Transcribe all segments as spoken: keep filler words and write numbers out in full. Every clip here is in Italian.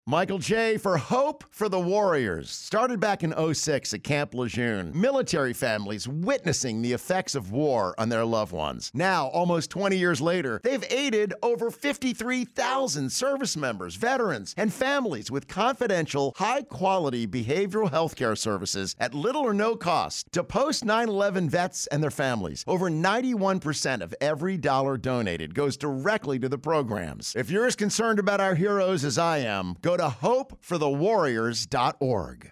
Michael J. for Hope for the Warriors. Started back in oh six at Camp Lejeune. Military families witnessing the effects of war on their loved ones. Now, almost twenty years later, they've aided over fifty-three thousand service members, veterans, and families with confidential, high-quality behavioral health care services at little or no cost to post nine eleven vets and their families. Over ninety-one percent of every dollar donated goes directly to the programs. If you're as concerned about our heroes as I am, go to hope for the warriors dot org.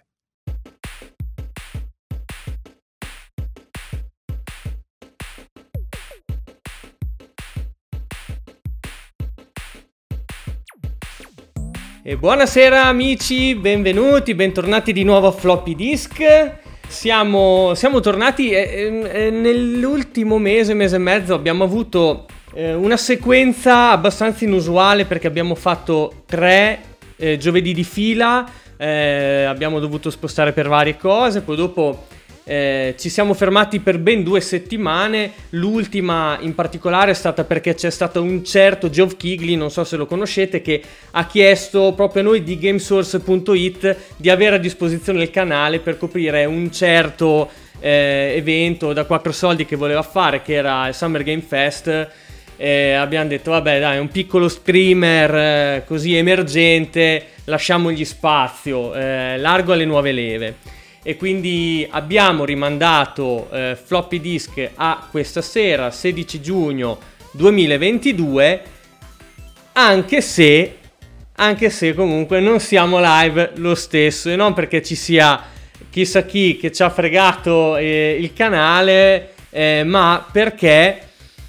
E buonasera amici, benvenuti, bentornati di nuovo a Floppy Disk. Siamo, siamo tornati eh, eh, nell'ultimo mese, mese e mezzo abbiamo avuto eh, una sequenza abbastanza inusuale perché abbiamo fatto tre Eh, giovedì di fila, eh, abbiamo dovuto spostare per varie cose, poi dopo eh, ci siamo fermati per ben due settimane. L'ultima in particolare è stata perché c'è stato un certo Geoff Keighley, non so se lo conoscete, che ha chiesto proprio a noi di gamesource punto it di avere a disposizione il canale per coprire un certo eh, evento da quattro soldi che voleva fare, che era il Summer Game Fest. E abbiamo detto vabbè dai, un piccolo streamer eh, così emergente, lasciamogli spazio, eh, largo alle nuove leve, e quindi abbiamo rimandato eh, Floppy Disk a questa sera, sedici giugno duemilaventidue, anche se anche se comunque non siamo live lo stesso, e non perché ci sia chissà chi che ci ha fregato eh, il canale, eh, ma perché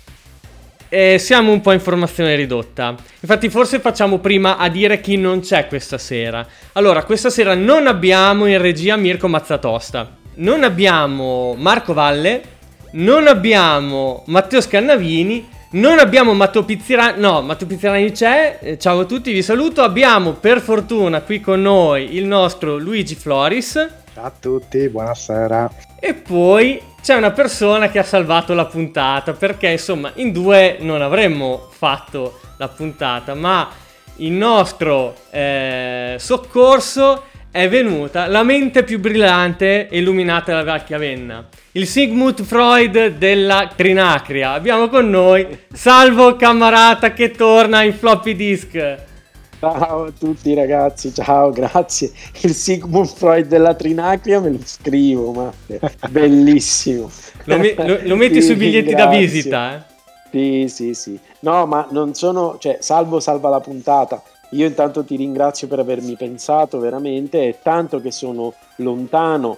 Eh, siamo un po' in formazione ridotta. Infatti forse facciamo prima a dire chi non c'è questa sera. Allora, questa sera non abbiamo in regia Mirko Mazzatosta, non abbiamo Marco Valle, non abbiamo Matteo Scannavini, non abbiamo Matteo Pizzirani. No, Matteo Pizzirani c'è, eh, ciao a tutti, vi saluto. Abbiamo per fortuna qui con noi il nostro Luigi Floris. Ciao a tutti, buonasera. E poi c'è una persona che ha salvato la puntata, perché insomma in due non avremmo fatto la puntata, ma il nostro eh, soccorso è venuta la mente più brillante e illuminata della Valchiavenna, il Sigmund Freud della Trinacria. Abbiamo con noi Salvo Cammarata che torna in Floppy Disk. Ciao a tutti ragazzi, ciao, grazie. Il Sigmund Freud della Trinacria me lo scrivo, ma bellissimo. Lo, me- lo, lo metti Sì, sui biglietti grazie. da visita, eh? Sì, sì, sì. No, ma non sono, cioè, Salvo salva la puntata. Io intanto ti ringrazio per avermi pensato veramente, è tanto che sono lontano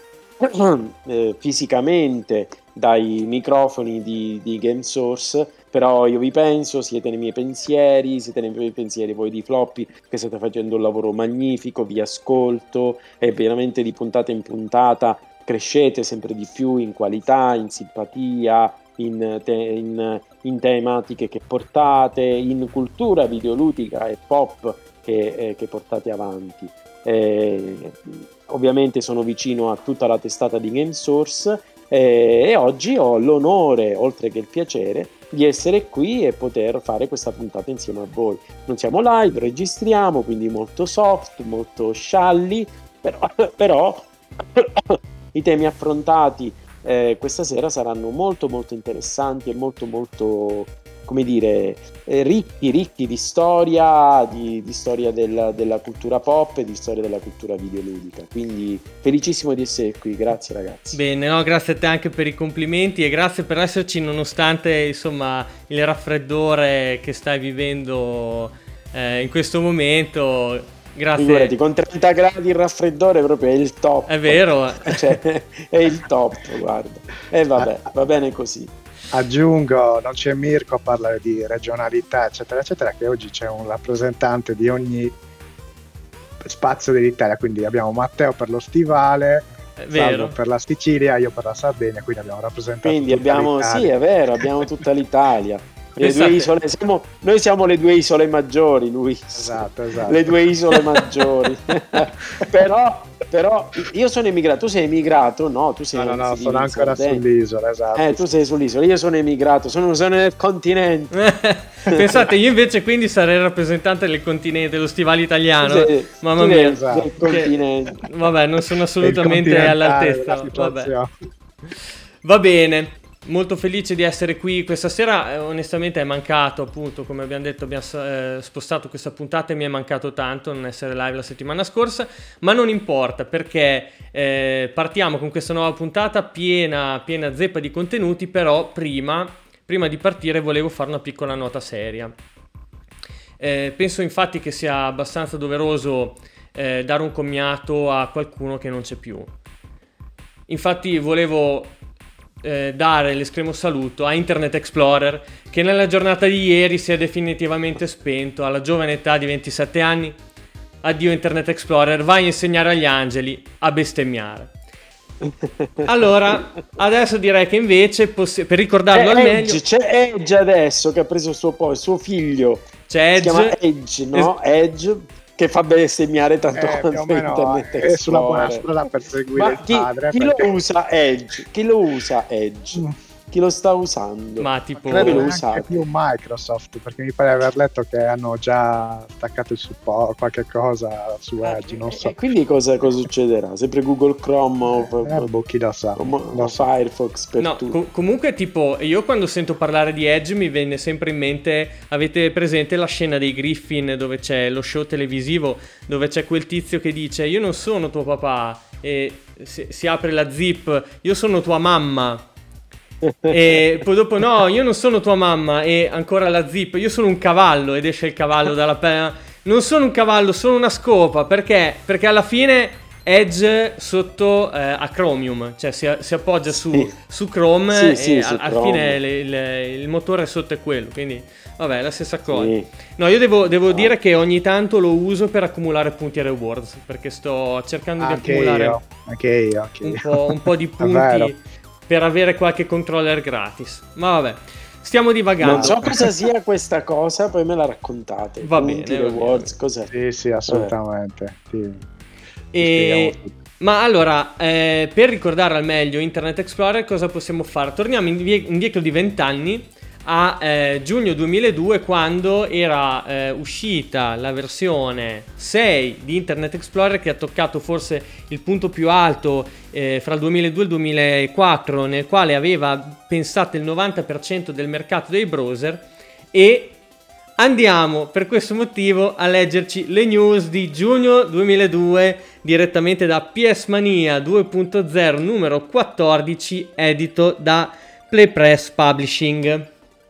eh, fisicamente dai microfoni di, di GameSource, però io vi penso, siete nei miei pensieri, siete nei miei pensieri voi di Floppy, che state facendo un lavoro magnifico, vi ascolto e veramente di puntata in puntata crescete sempre di più in qualità, in simpatia, in, te- in, in tematiche che portate, in cultura videoludica e pop che, eh, che portate avanti. Eh, ovviamente sono vicino a tutta la testata di GameSource eh, e oggi ho l'onore, oltre che il piacere, di essere qui e poter fare questa puntata insieme a voi. Non siamo live, registriamo, quindi molto soft, molto scialli, però, però i temi affrontati eh, questa sera saranno molto molto interessanti e molto molto, come dire, eh, ricchi, ricchi di storia, di, di storia della, della cultura pop e di storia della cultura videoludica. Quindi felicissimo di essere qui, grazie ragazzi. Bene, no, grazie a te anche per i complimenti e grazie per esserci nonostante insomma il raffreddore che stai vivendo eh, in questo momento. Grazie. Figurati, con trenta gradi il raffreddore proprio è il top. È vero. Cioè, è il top, guarda. E vabbè, va bene così. Aggiungo, non c'è Mirko a parlare di regionalità eccetera eccetera, che oggi c'è un rappresentante di ogni spazio dell'Italia, quindi abbiamo Matteo per lo Stivale, È vero. Salvo per la Sicilia, io per la Sardegna, quindi abbiamo rappresentato Quindi tutta abbiamo, l'Italia. sì, è vero, abbiamo tutta l'Italia. Le due isole, siamo, noi siamo le due isole maggiori, Luis. Esatto, esatto. Le due isole maggiori. però, però io sono emigrato, tu sei emigrato? No, tu sei No, no, no, sei sono ancora Sardegna. sull'isola, esatto. Eh, tu sei sull'isola, io sono emigrato, sono, sono nel continente. Pensate, io invece quindi sarei il rappresentante del continente, dello stivale italiano. Tu sei- Mamma tu mia. sei esatto. del continente. Che- vabbè, non sono Il assolutamente continentale all'altezza. della Vabbè. situazione. Va bene. Molto felice di essere qui questa sera, eh, onestamente è mancato, appunto, come abbiamo detto, abbiamo eh, spostato questa puntata e mi è mancato tanto non essere live la settimana scorsa, ma non importa perché eh, partiamo con questa nuova puntata piena, piena zeppa di contenuti, però prima, prima di partire volevo fare una piccola nota seria. Eh, penso infatti che sia abbastanza doveroso eh, dare un commiato a qualcuno che non c'è più. Infatti volevo Eh, dare l'estremo saluto a Internet Explorer, che nella giornata di ieri si è definitivamente spento alla giovane età di ventisette anni. Addio Internet Explorer, vai a insegnare agli angeli a bestemmiare. Allora, adesso direi che invece possi- per ricordarlo al Edge, meglio c'è Edge adesso che ha preso il suo posto, suo figlio. c'è Si chiama Edge, Edge, no? Edge, che fa bestemmiare tanto Eh, più o quanto meno Internet è sulla buona Explorer. strada per seguire Ma il chi, padre. chi perché- lo usa Edge? Chi lo usa Edge? Chi lo sta usando? ma tipo Credo lo neanche usate. più Microsoft, perché mi pare aver letto che hanno già staccato il supporto, qualche cosa su Edge, non so. E quindi cosa, cosa succederà? Sempre Google Chrome o, Eh, boh, chi lo sa. o- o Lo so. Firefox per no, tutti? co- comunque tipo io quando sento parlare di Edge mi viene sempre in mente, avete presente la scena dei Griffin dove c'è lo show televisivo dove c'è quel tizio che dice io non sono tuo papà e si, si apre la zip, io sono tua mamma. E poi dopo no, io non sono tua mamma e ancora la zip, io sono un cavallo ed esce il cavallo dalla penna. Non sono un cavallo, sono una scopa, perché? Perché alla fine Edge sotto eh, a Chromium, cioè si, si appoggia su, Sì. su Chrome Sì, e sì, al, su al Chrome. fine il, il- il motore sotto è quello, quindi vabbè, è la stessa cosa. Sì. No, io devo, devo Ah. dire che ogni tanto lo uso per accumulare punti e rewards, perché sto cercando di Anche accumulare io, anche io, anche un io. po', un po' di È vero. punti per avere qualche controller gratis. Ma vabbè, stiamo divagando. Non so cosa sia questa cosa, poi me la raccontate. Va Punti, bene, va rewards, bene. cos'è? Sì, sì, assolutamente. Sì. Ti E- spieghiamo tutto. Ma allora, eh, per ricordare al meglio Internet Explorer, cosa possiamo fare? Torniamo indie- indietro di vent'anni a eh, giugno duemiladue, quando era eh, uscita la versione sei di Internet Explorer, che ha toccato forse il punto più alto eh, fra il duemiladue e il duemilaquattro, nel quale aveva pensato il novanta per cento del mercato dei browser. E andiamo per questo motivo a leggerci le news di giugno duemiladue direttamente da P S Mania due punto zero numero quattordici, edito da Playpress Publishing.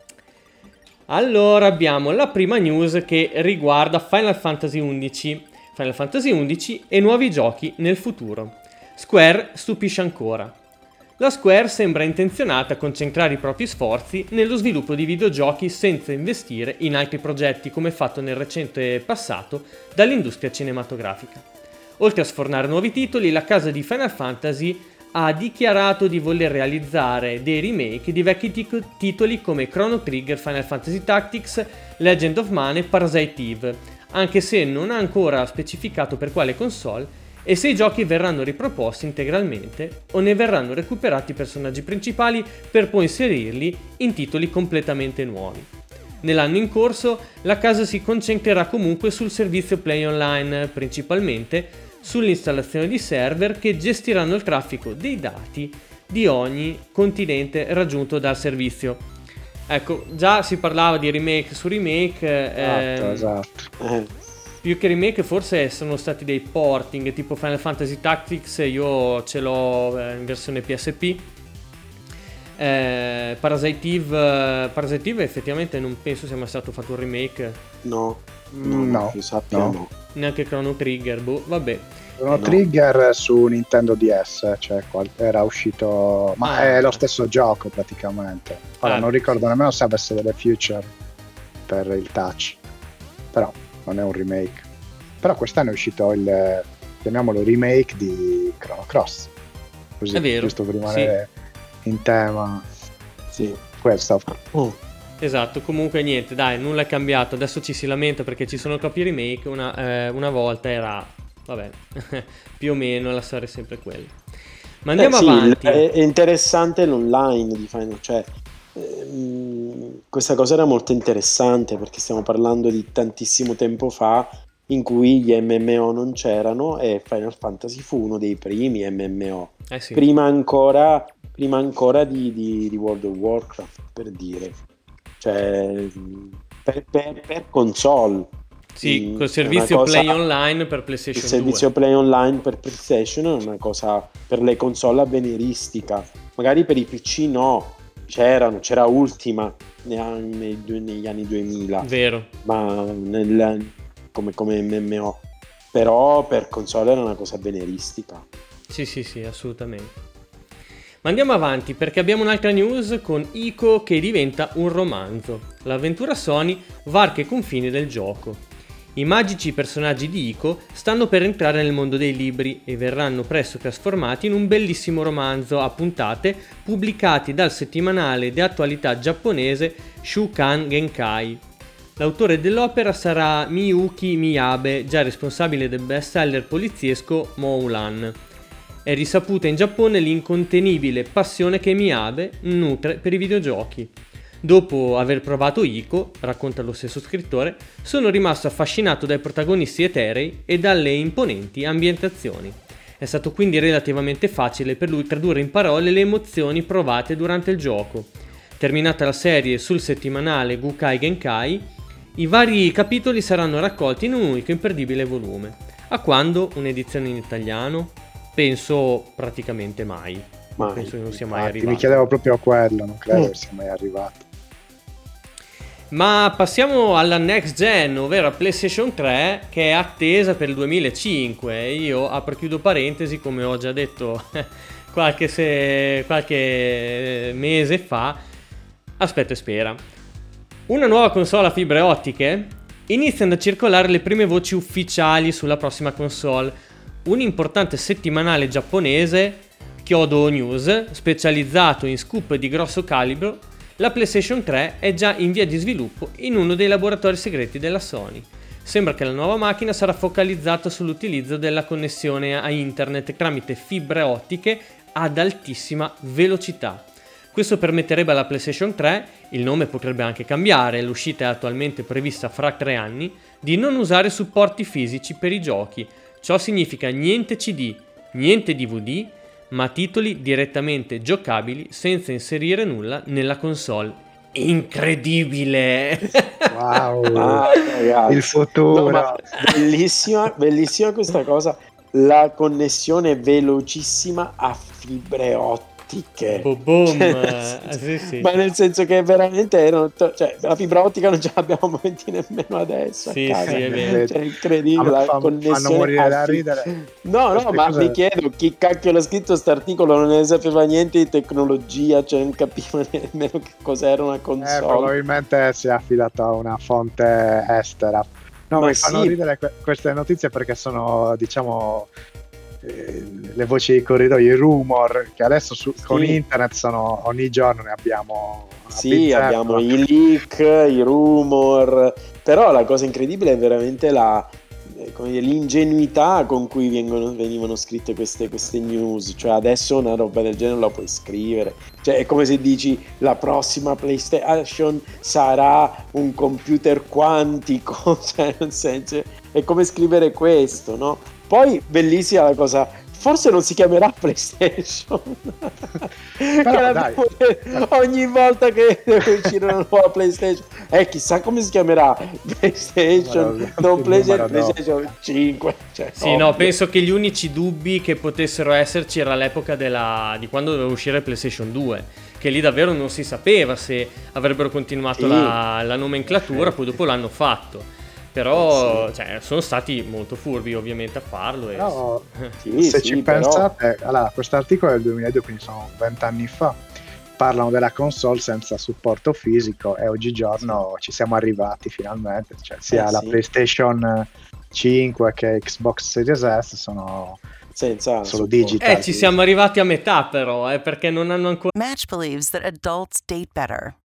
Allora abbiamo la prima news che riguarda Final Fantasy undici. Final Fantasy undici e nuovi giochi nel futuro. Square stupisce ancora. La Square sembra intenzionata a concentrare i propri sforzi nello sviluppo di videogiochi senza investire in altri progetti come fatto nel recente passato dall'industria cinematografica. Oltre a sfornare nuovi titoli, la casa di Final Fantasy ha dichiarato di voler realizzare dei remake di vecchi tic- titoli come Chrono Trigger, Final Fantasy Tactics, Legend of Mana e Parasite Eve, anche se non ha ancora specificato per quale console e se i giochi verranno riproposti integralmente o ne verranno recuperati i personaggi principali per poi inserirli in titoli completamente nuovi. Nell'anno in corso la casa si concentrerà comunque sul servizio Play Online, principalmente sull'installazione di server che gestiranno il traffico dei dati di ogni continente raggiunto dal servizio. Ecco, già si parlava di remake su remake, Esatto, ehm, esatto. Eh, più che remake forse sono stati dei porting, tipo Final Fantasy Tactics, io ce l'ho eh, in versione P S P. Eh, Parasite Eve, Parasite Eve effettivamente non penso sia mai stato fatto un remake, no, no, Mm, no, che io sappia no. no. neanche Chrono Trigger, boh, vabbè. Chrono No. Trigger su Nintendo D S, cioè qual- era uscito, ma Ah. è lo stesso gioco praticamente. Ora Ah. non ricordo nemmeno se avesse delle feature per il touch, però non è un remake. Però quest'anno è uscito il, chiamiamolo remake di Chrono Cross, così, È vero, giusto per rimanere in tema. Sì. Questo Oh. Esatto, comunque niente, dai, nulla è cambiato, adesso ci si lamenta perché ci sono troppi remake, una, eh, una volta era, vabbè, più o meno la storia è sempre quella. Ma andiamo eh, sì, avanti. È, è interessante l'online di Final, cioè ehm, questa cosa era molto interessante perché stiamo parlando di tantissimo tempo fa in cui gli M M O non c'erano e Final Fantasy fu uno dei primi M M O, Eh sì. prima ancora, prima ancora di, di, di World of Warcraft, per dire, cioè per, per, per console. Sì, Mm, col è servizio una cosa- Play Online per PlayStation il servizio due. Play Online per PlayStation è una cosa per le console avveniristica, magari per i P C no, c'erano, c'era Ultima nei anni- nei due- negli anni duemila, Vero. ma nel, come, come M M O, però per console era una cosa avveniristica. Sì, sì, sì, assolutamente. Ma andiamo avanti perché abbiamo un'altra news con Ico che diventa un romanzo. L'avventura Sony varca i confini del gioco. I magici personaggi di Ico stanno per entrare nel mondo dei libri e verranno presto trasformati in un bellissimo romanzo a puntate pubblicati dal settimanale di attualità giapponese Shukan Genkai. L'autore dell'opera sarà Miyuki Miyabe, già responsabile del bestseller poliziesco Moulan. È risaputa in Giappone l'incontenibile passione che Miyabe nutre per i videogiochi. Dopo aver provato Ico, racconta lo stesso scrittore, sono rimasto affascinato dai protagonisti eterei e dalle imponenti ambientazioni. È stato quindi relativamente facile per lui tradurre in parole le emozioni provate durante il gioco. Terminata la serie sul settimanale Gukai Genkai, i vari capitoli saranno raccolti in un unico imperdibile volume. A quando un'edizione in italiano? Penso praticamente mai. Mai. Penso che non sia mai Infatti, arrivato. mi chiedevo proprio quello, non credo Mm. che sia mai arrivato. Ma passiamo alla next gen, ovvero a PlayStation tre, che è attesa per il duemilacinque. Io apro e chiudo parentesi, come ho già detto qualche, se... qualche mese fa. Aspetta e spera. Una nuova console a fibre ottiche? Iniziano a circolare le prime voci ufficiali sulla prossima console. Un importante settimanale giapponese, Kyodo News, specializzato in scoop di grosso calibro, la PlayStation tre è già in via di sviluppo in uno dei laboratori segreti della Sony. Sembra che la nuova macchina sarà focalizzata sull'utilizzo della connessione a internet tramite fibre ottiche ad altissima velocità. Questo permetterebbe alla PlayStation tre, il nome potrebbe anche cambiare, l'uscita è attualmente prevista fra tre anni, di non usare supporti fisici per i giochi. Ciò significa niente C D, niente D V D, ma titoli direttamente giocabili senza inserire nulla nella console. Incredibile! Wow, Ah, ragazzi. il futuro. No, ma bellissima, bellissima questa cosa, la connessione velocissima a fibre ottiche. Boom, boom. Cioè, Eh, sì, sì. Ma nel senso che veramente erano to- cioè, la fibra ottica non ce l'abbiamo momenti nemmeno adesso. Sì, a casa. sì, è vero. Cioè, incredibile, Fa- la fa- connessione fanno morire a da fi- ridere. No, no, Queste ma cose- mi chiedo chi cacchio l'ha scritto st'articolo, non ne sapeva niente di tecnologia, cioè non capiva nemmeno che cos'era una Eh, console. probabilmente si è affidato a una fonte estera. No, Ma mi fanno sì. ridere que- queste notizie perché sono, diciamo, eh, le voci di corridoio, i rumor che adesso su- con Sì. internet sono ogni giorno ne abbiamo. una Sì, bizzeffa. abbiamo i leak, i rumor, però la cosa incredibile è veramente la, eh, come dire, l'ingenuità con cui vengono, venivano scritte queste, queste news. Cioè adesso una roba del genere la puoi scrivere, cioè è come se dici la prossima PlayStation sarà un computer quantico, cioè nel senso è come scrivere questo, no? Poi bellissima la cosa, forse non si chiamerà PlayStation. Che Però, l'abbiamo detto ogni volta che deve uscire una nuova PlayStation, eh, chissà come si chiamerà PlayStation, Numero- non PlayStation, numero no. PlayStation cinque. Cioè, Sì, ovvio. no, penso che gli unici dubbi che potessero esserci era l'epoca della, di quando doveva uscire PlayStation due, che lì davvero non si sapeva se avrebbero continuato Sì. la, la nomenclatura, poi dopo l'hanno fatto. Però cioè, sono stati molto furbi ovviamente a farlo. E... Però, Sì, se sì, ci però- pensate, allora, questo articolo è del duemiladue, quindi sono vent'anni fa. Parlano della console senza supporto fisico e oggigiorno ci siamo arrivati finalmente. Cioè, sia Eh, la sì. PlayStation cinque che Xbox Series S sono senza solo supporto. digital. Eh, ci siamo arrivati a metà però, eh, perché non hanno ancora... Match believes that adults date better.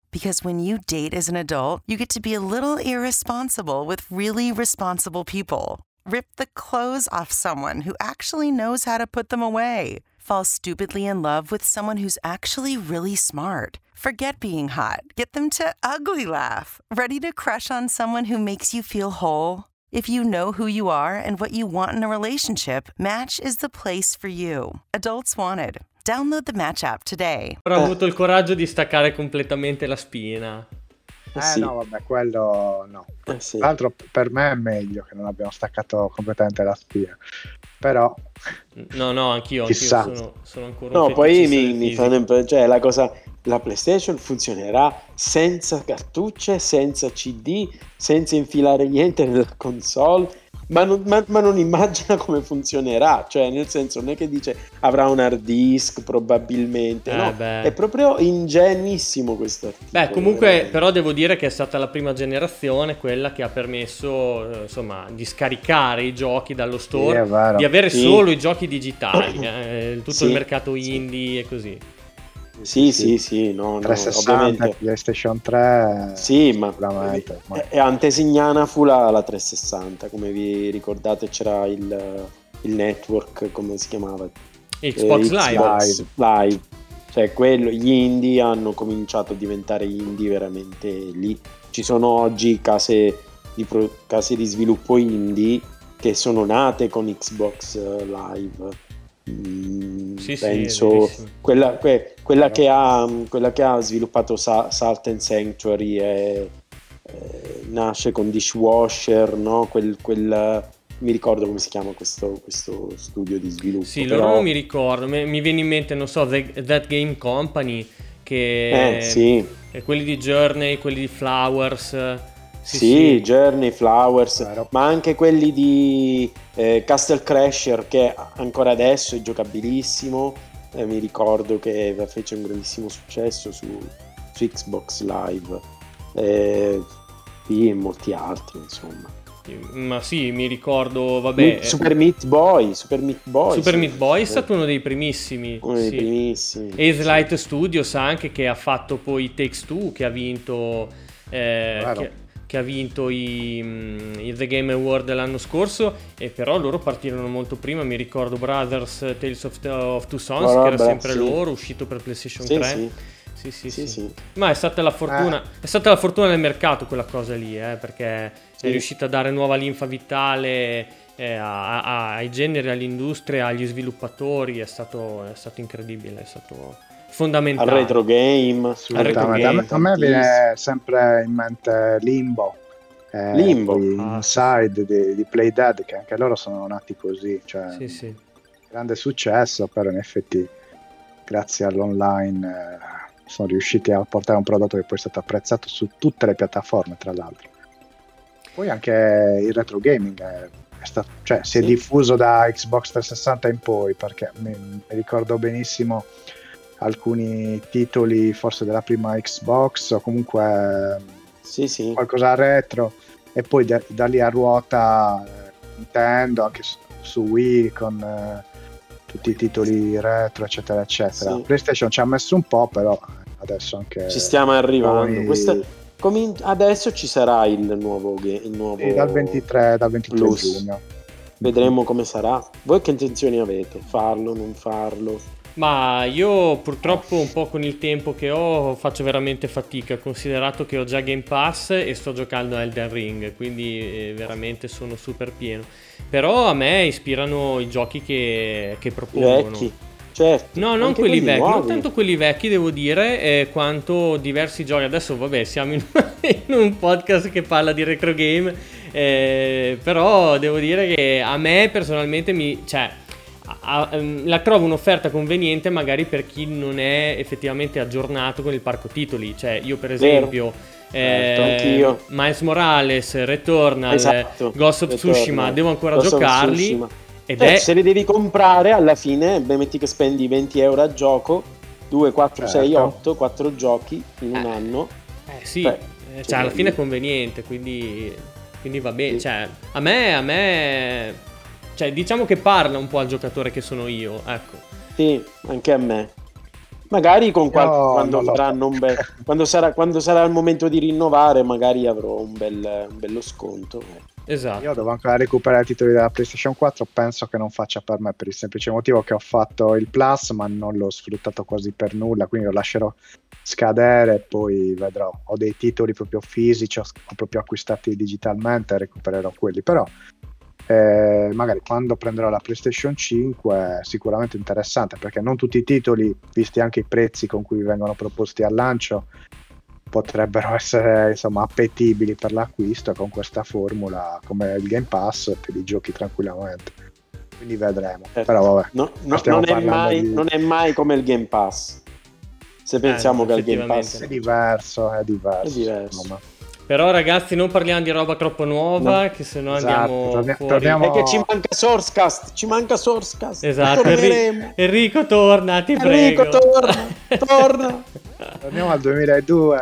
Because when you date as an adult, you get to be a little irresponsible with really responsible people. Rip the clothes off someone who actually knows how to put them away. Fall stupidly in love with someone who's actually really smart. Forget being hot. Get them to ugly laugh. Ready to crush on someone who makes you feel whole? If you know who you are and what you want in a relationship, Match is the place for you. Adults wanted. Download the Match app today. Però ho avuto il coraggio di staccare completamente la spina. Eh sì. no, vabbè, quello no. Eh, sì. Tra l'altro per me è meglio che non abbiamo staccato completamente la spina. Però No, no, anch'io, anch'io Chissà. sono, sono ancora No, un poi feticista mi, del mi fisico. fanno imp- cioè la cosa, la PlayStation funzionerà senza cartucce, senza C D, senza infilare niente nella console, ma non, ma, ma non immagina come funzionerà, cioè nel senso non è che dice avrà un hard disk probabilmente, Eh, no, beh. è proprio ingenuissimo questo articolo. Beh, comunque, veramente. però devo dire che è stata la prima generazione quella che ha permesso, eh, insomma, di scaricare i giochi dallo store, Sì, è vero. di avere Sì. solo i giochi digitali, eh, tutto Sì, il mercato sì. indie e così. Sì, sì, sì, no, no, trecentosessanta, ovviamente. PlayStation tre, Sì, ma sicuramente. ormai. e antesignana fu la, la trecentosessanta, come vi ricordate c'era il, il network, come si chiamava? Xbox Eh, Live. Xbox Live. Cioè quello, gli indie hanno cominciato a diventare indie veramente lì. Ci sono oggi case di, pro- case di sviluppo indie che sono nate con Xbox eh, Live. Mm, Sì, sì, penso è verissimo. quella, que- quella che ha, quella che ha sviluppato Sa- Salt and Sanctuary è, eh, nasce con Dishwasher, no? Quel, quel, mi ricordo come si chiama questo, questo studio di sviluppo. Sì, però- loro non mi ricordo, mi, mi viene in mente, non so, The- That Game Company, che Eh, sì. e quelli di Journey, quelli di Flowers. Sì, Sì, sì. Journey, Flowers, Vero. ma anche quelli di eh, Castle Crasher che ancora adesso è giocabilissimo. Eh, mi ricordo che fece un grandissimo successo su, su Xbox Live. Eh, sì, e molti altri, insomma. Ma sì, mi ricordo, vabbè, Super Meat Boy, Super Meat Boy. Super sì. Meat Boy è stato uno dei primissimi. Uno dei sì. primissimi. Ace Light Studios anche, che ha fatto poi Takes Two, che ha vinto eh, Vero. che, che ha vinto i, mm, i The Game Award l'anno scorso, e però loro partirono molto prima. Mi ricordo Brothers Tales of, of Two Sons, Oh, che era vabbè, sempre sì. loro, uscito per PlayStation Sì, tre. sì. Sì, sì, Sì, sì. sì. Ma è stata la fortuna, è stata la fortuna del mercato quella cosa lì, eh, perché Sì. è riuscita a dare nuova linfa vitale eh, a- a- ai generi, all'industria, agli sviluppatori. È stato, è stato incredibile, è stato Al fondamentale. retro game. Assolutamente. Retro A me, game, a me viene sempre in mente Limbo, eh, Limbo. poi Ah, Inside di, di Playdead, che anche loro sono nati così, cioè Sì, sì. grande successo, però in effetti grazie all'online eh, sono riusciti a portare un prodotto che poi è stato apprezzato su tutte le piattaforme, tra l'altro. Poi anche il retro gaming è, è stato, cioè, si è Sì. diffuso da Xbox trecentosessanta in poi, perché mi, mi ricordo benissimo alcuni titoli forse della prima Xbox o comunque Sì, sì. qualcosa retro, e poi da, da lì a ruota eh, Nintendo anche su, su Wii con eh, tutti i titoli retro eccetera eccetera. Sì. PlayStation ci ha messo un po', però adesso anche Ci stiamo arrivando. poi- Questa- comin- adesso ci sarà il nuovo, ga- il nuovo sì, dal ventitré, dal ventitré Plus. giugno. Vedremo come sarà. Voi che intenzioni avete? Farlo, non farlo? Ma io purtroppo un po' con il tempo che ho faccio veramente fatica, considerato che ho già Game Pass e sto giocando a Elden Ring, quindi eh, veramente sono super pieno. Però a me ispirano i giochi che, che I propongono. vecchi? Certo. No, non Anche quelli vecchi, non nuovi. tanto quelli vecchi devo dire, eh, quanto diversi giochi. Adesso vabbè, siamo in, in un podcast che parla di retro game, eh, però devo dire che a me personalmente mi... Cioè, a- a- la trovo un'offerta conveniente magari per chi non è effettivamente aggiornato con il parco titoli. Cioè io per Vero. esempio Certo, eh, anch'io. Miles Morales, Returnal, Esatto. Ghost of Returnal. Tsushima, devo ancora Ghost of giocarli Tsushima. ed Eh, è... se li devi comprare alla fine, beh, metti che spendi venti euro a gioco, due, quattro, sei, Certo. otto, quattro giochi in un Eh. anno. Eh, sì, Beh, eh, cioè, cioè alla fine è io- conveniente, quindi, quindi va bene. Sì. Cioè, a me, a me, cioè, diciamo che parla un po' al giocatore che sono io, ecco. Sì, anche a me. Magari con qual- Io quando, non lo so. faranno un bel, quando, sarà, quando sarà il momento di rinnovare, magari avrò un, bel, un bello sconto. Esatto. Io devo ancora recuperare i titoli della PlayStation quattro, penso che non faccia per me, per il semplice motivo che ho fatto il Plus ma non l'ho sfruttato quasi per nulla, quindi lo lascerò scadere e poi vedrò. Ho dei titoli proprio fisici, ho ho proprio acquistati digitalmente e recupererò quelli, però eh, magari quando prenderò la PlayStation cinque è sicuramente interessante, perché non tutti i titoli, visti anche i prezzi con cui vengono proposti al lancio, potrebbero essere insomma appetibili per l'acquisto, e con questa formula come il Game Pass te li giochi tranquillamente, quindi vedremo. Certo. Però vabbè, No, no, stiamo non, è parlando mai, di- non è mai come il Game Pass. Se pensiamo no, che il Game effettivamente Pass è diverso, è diverso, È diverso. insomma. Però ragazzi, non parliamo di roba troppo nuova, No. che sennò Esatto, andiamo torni- fuori. torniamo- è che ci manca Sourcecast, ci manca Sourcecast. Esatto, Torneremo. Enri- Enrico torna, ti Enrico, prego. torna, torna. Torniamo al duemiladue.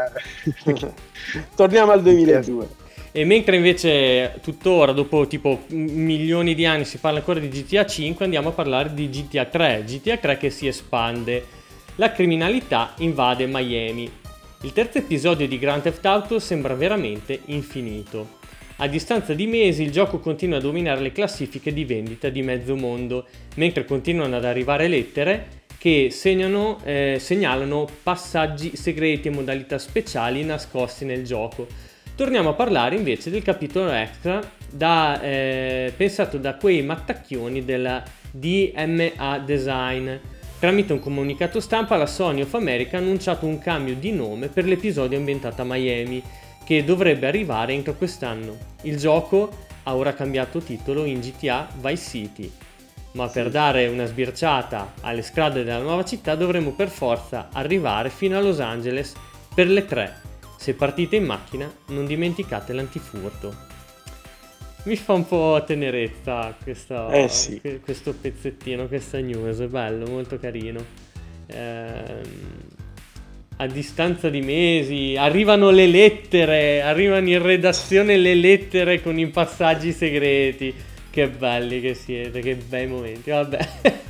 Torniamo al duemiladue. E mentre invece tuttora, dopo tipo milioni di anni, si parla ancora di G T A cinque, andiamo a parlare di G T A tre. G T A tre che si espande. La criminalità invade Miami. Il terzo episodio di Grand Theft Auto sembra veramente infinito. A distanza di mesi il gioco continua a dominare le classifiche di vendita di mezzo mondo, mentre continuano ad arrivare lettere che segnano, eh, segnalano passaggi segreti e modalità speciali nascosti nel gioco. Torniamo a parlare invece del capitolo extra da, eh, pensato da quei mattacchioni della D M A Design. Tramite un comunicato stampa la Sony of America ha annunciato un cambio di nome per l'episodio ambientato a Miami, che dovrebbe arrivare entro quest'anno. Il gioco ha ora cambiato titolo in G T A Vice City, ma per dare una sbirciata alle strade della nuova città dovremo per forza arrivare fino a Los Angeles per le tre. Se partite in macchina non dimenticate l'antifurto. Mi fa un po' tenerezza questa, Eh sì. questo pezzettino, questa news, è bello, molto carino. Ehm, a distanza di mesi arrivano le lettere, arrivano in redazione le lettere con i passaggi segreti. Che belli che siete, che bei momenti, vabbè.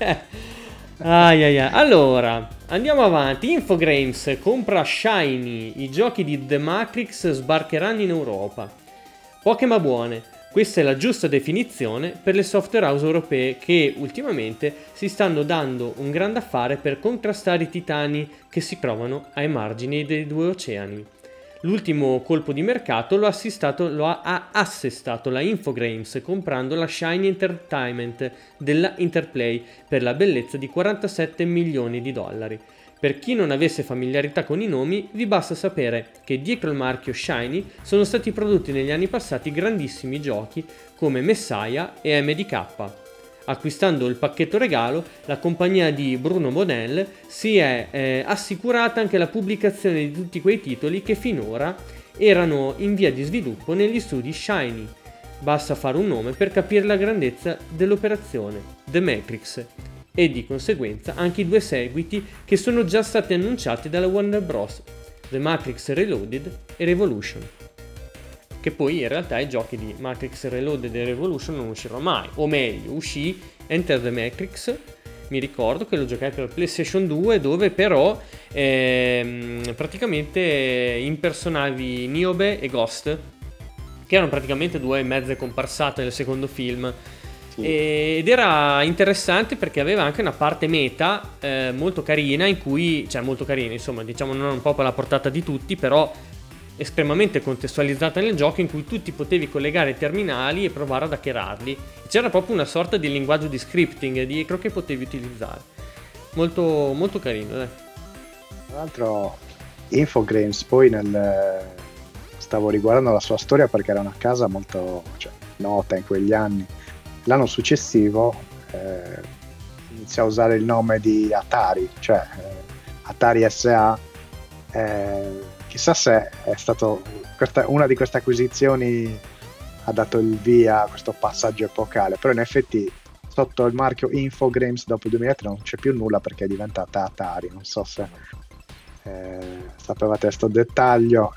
Ai ai ai. Allora, andiamo avanti. Infogrames compra Shiny, i giochi di The Matrix sbarcheranno in Europa. Poche ma buone. Questa è la giusta definizione per le software house europee che ultimamente si stanno dando un grande affare per contrastare i titani che si trovano ai margini dei due oceani. L'ultimo colpo di mercato lo, assistato, lo ha, ha assestato la Infogrames comprando la Shiny Entertainment della Interplay per la bellezza di quarantasette milioni di dollari. Per chi non avesse familiarità con i nomi, vi basta sapere che dietro il marchio Shiny sono stati prodotti negli anni passati grandissimi giochi come Messiah e M D K. Acquistando il pacchetto regalo, la compagnia di Bruno Bonell si è eh, assicurata anche la pubblicazione di tutti quei titoli che finora erano in via di sviluppo negli studi Shiny. Basta fare un nome per capire la grandezza dell'operazione, The Matrix, e di conseguenza anche i due seguiti che sono già stati annunciati dalla Warner Bros., The Matrix Reloaded e Revolution. Che poi in realtà i giochi di Matrix Reloaded e Revolution non uscirono mai, o meglio, uscì Enter the Matrix, mi ricordo che lo giocai per PlayStation due, dove però ehm, praticamente impersonavi Niobe e Ghost, che erano praticamente due mezze comparsate nel secondo film. Ed era interessante perché aveva anche una parte meta eh, molto carina, in cui, cioè molto carina, insomma, diciamo non un po' alla portata di tutti, però estremamente contestualizzata nel gioco, in cui tu ti potevi collegare ai terminali e provare ad hackerarli. C'era proprio una sorta di linguaggio di scripting dietro che potevi utilizzare. Molto, molto carino, eh. Tra l'altro Infogrames poi nel... stavo riguardando la sua storia perché era una casa molto, cioè, nota in quegli anni. L'anno successivo eh, inizia a usare il nome di Atari, cioè eh, Atari S A. Eh, chissà se è stato questa, una di queste acquisizioni ha dato il via a questo passaggio epocale, però in effetti sotto il marchio Infogrames dopo il duemilatré non c'è più nulla perché è diventata Atari. Non so se eh, sapevate questo dettaglio,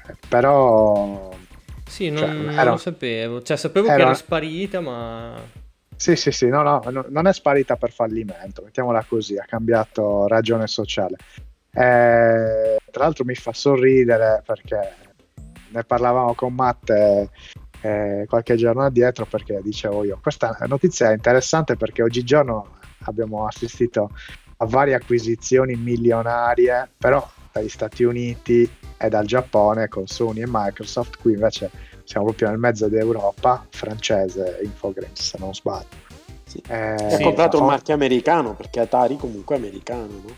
però sì, non, cioè, non era, lo sapevo, cioè sapevo era, che era sparita, ma sì sì sì, no, no, no, non è sparita per fallimento, mettiamola così, ha cambiato ragione sociale. Eh, tra l'altro mi fa sorridere perché ne parlavamo con Matt eh, eh, qualche giorno addietro, perché dicevo io, questa notizia è interessante perché oggigiorno abbiamo assistito a varie acquisizioni milionarie, però dagli Stati Uniti e dal Giappone con Sony e Microsoft. Qui invece siamo proprio nel mezzo d'Europa, francese Infogrames se non sbaglio. Sì. Eh, ha sì, comprato oh, un marchio americano, perché Atari comunque è americano, no?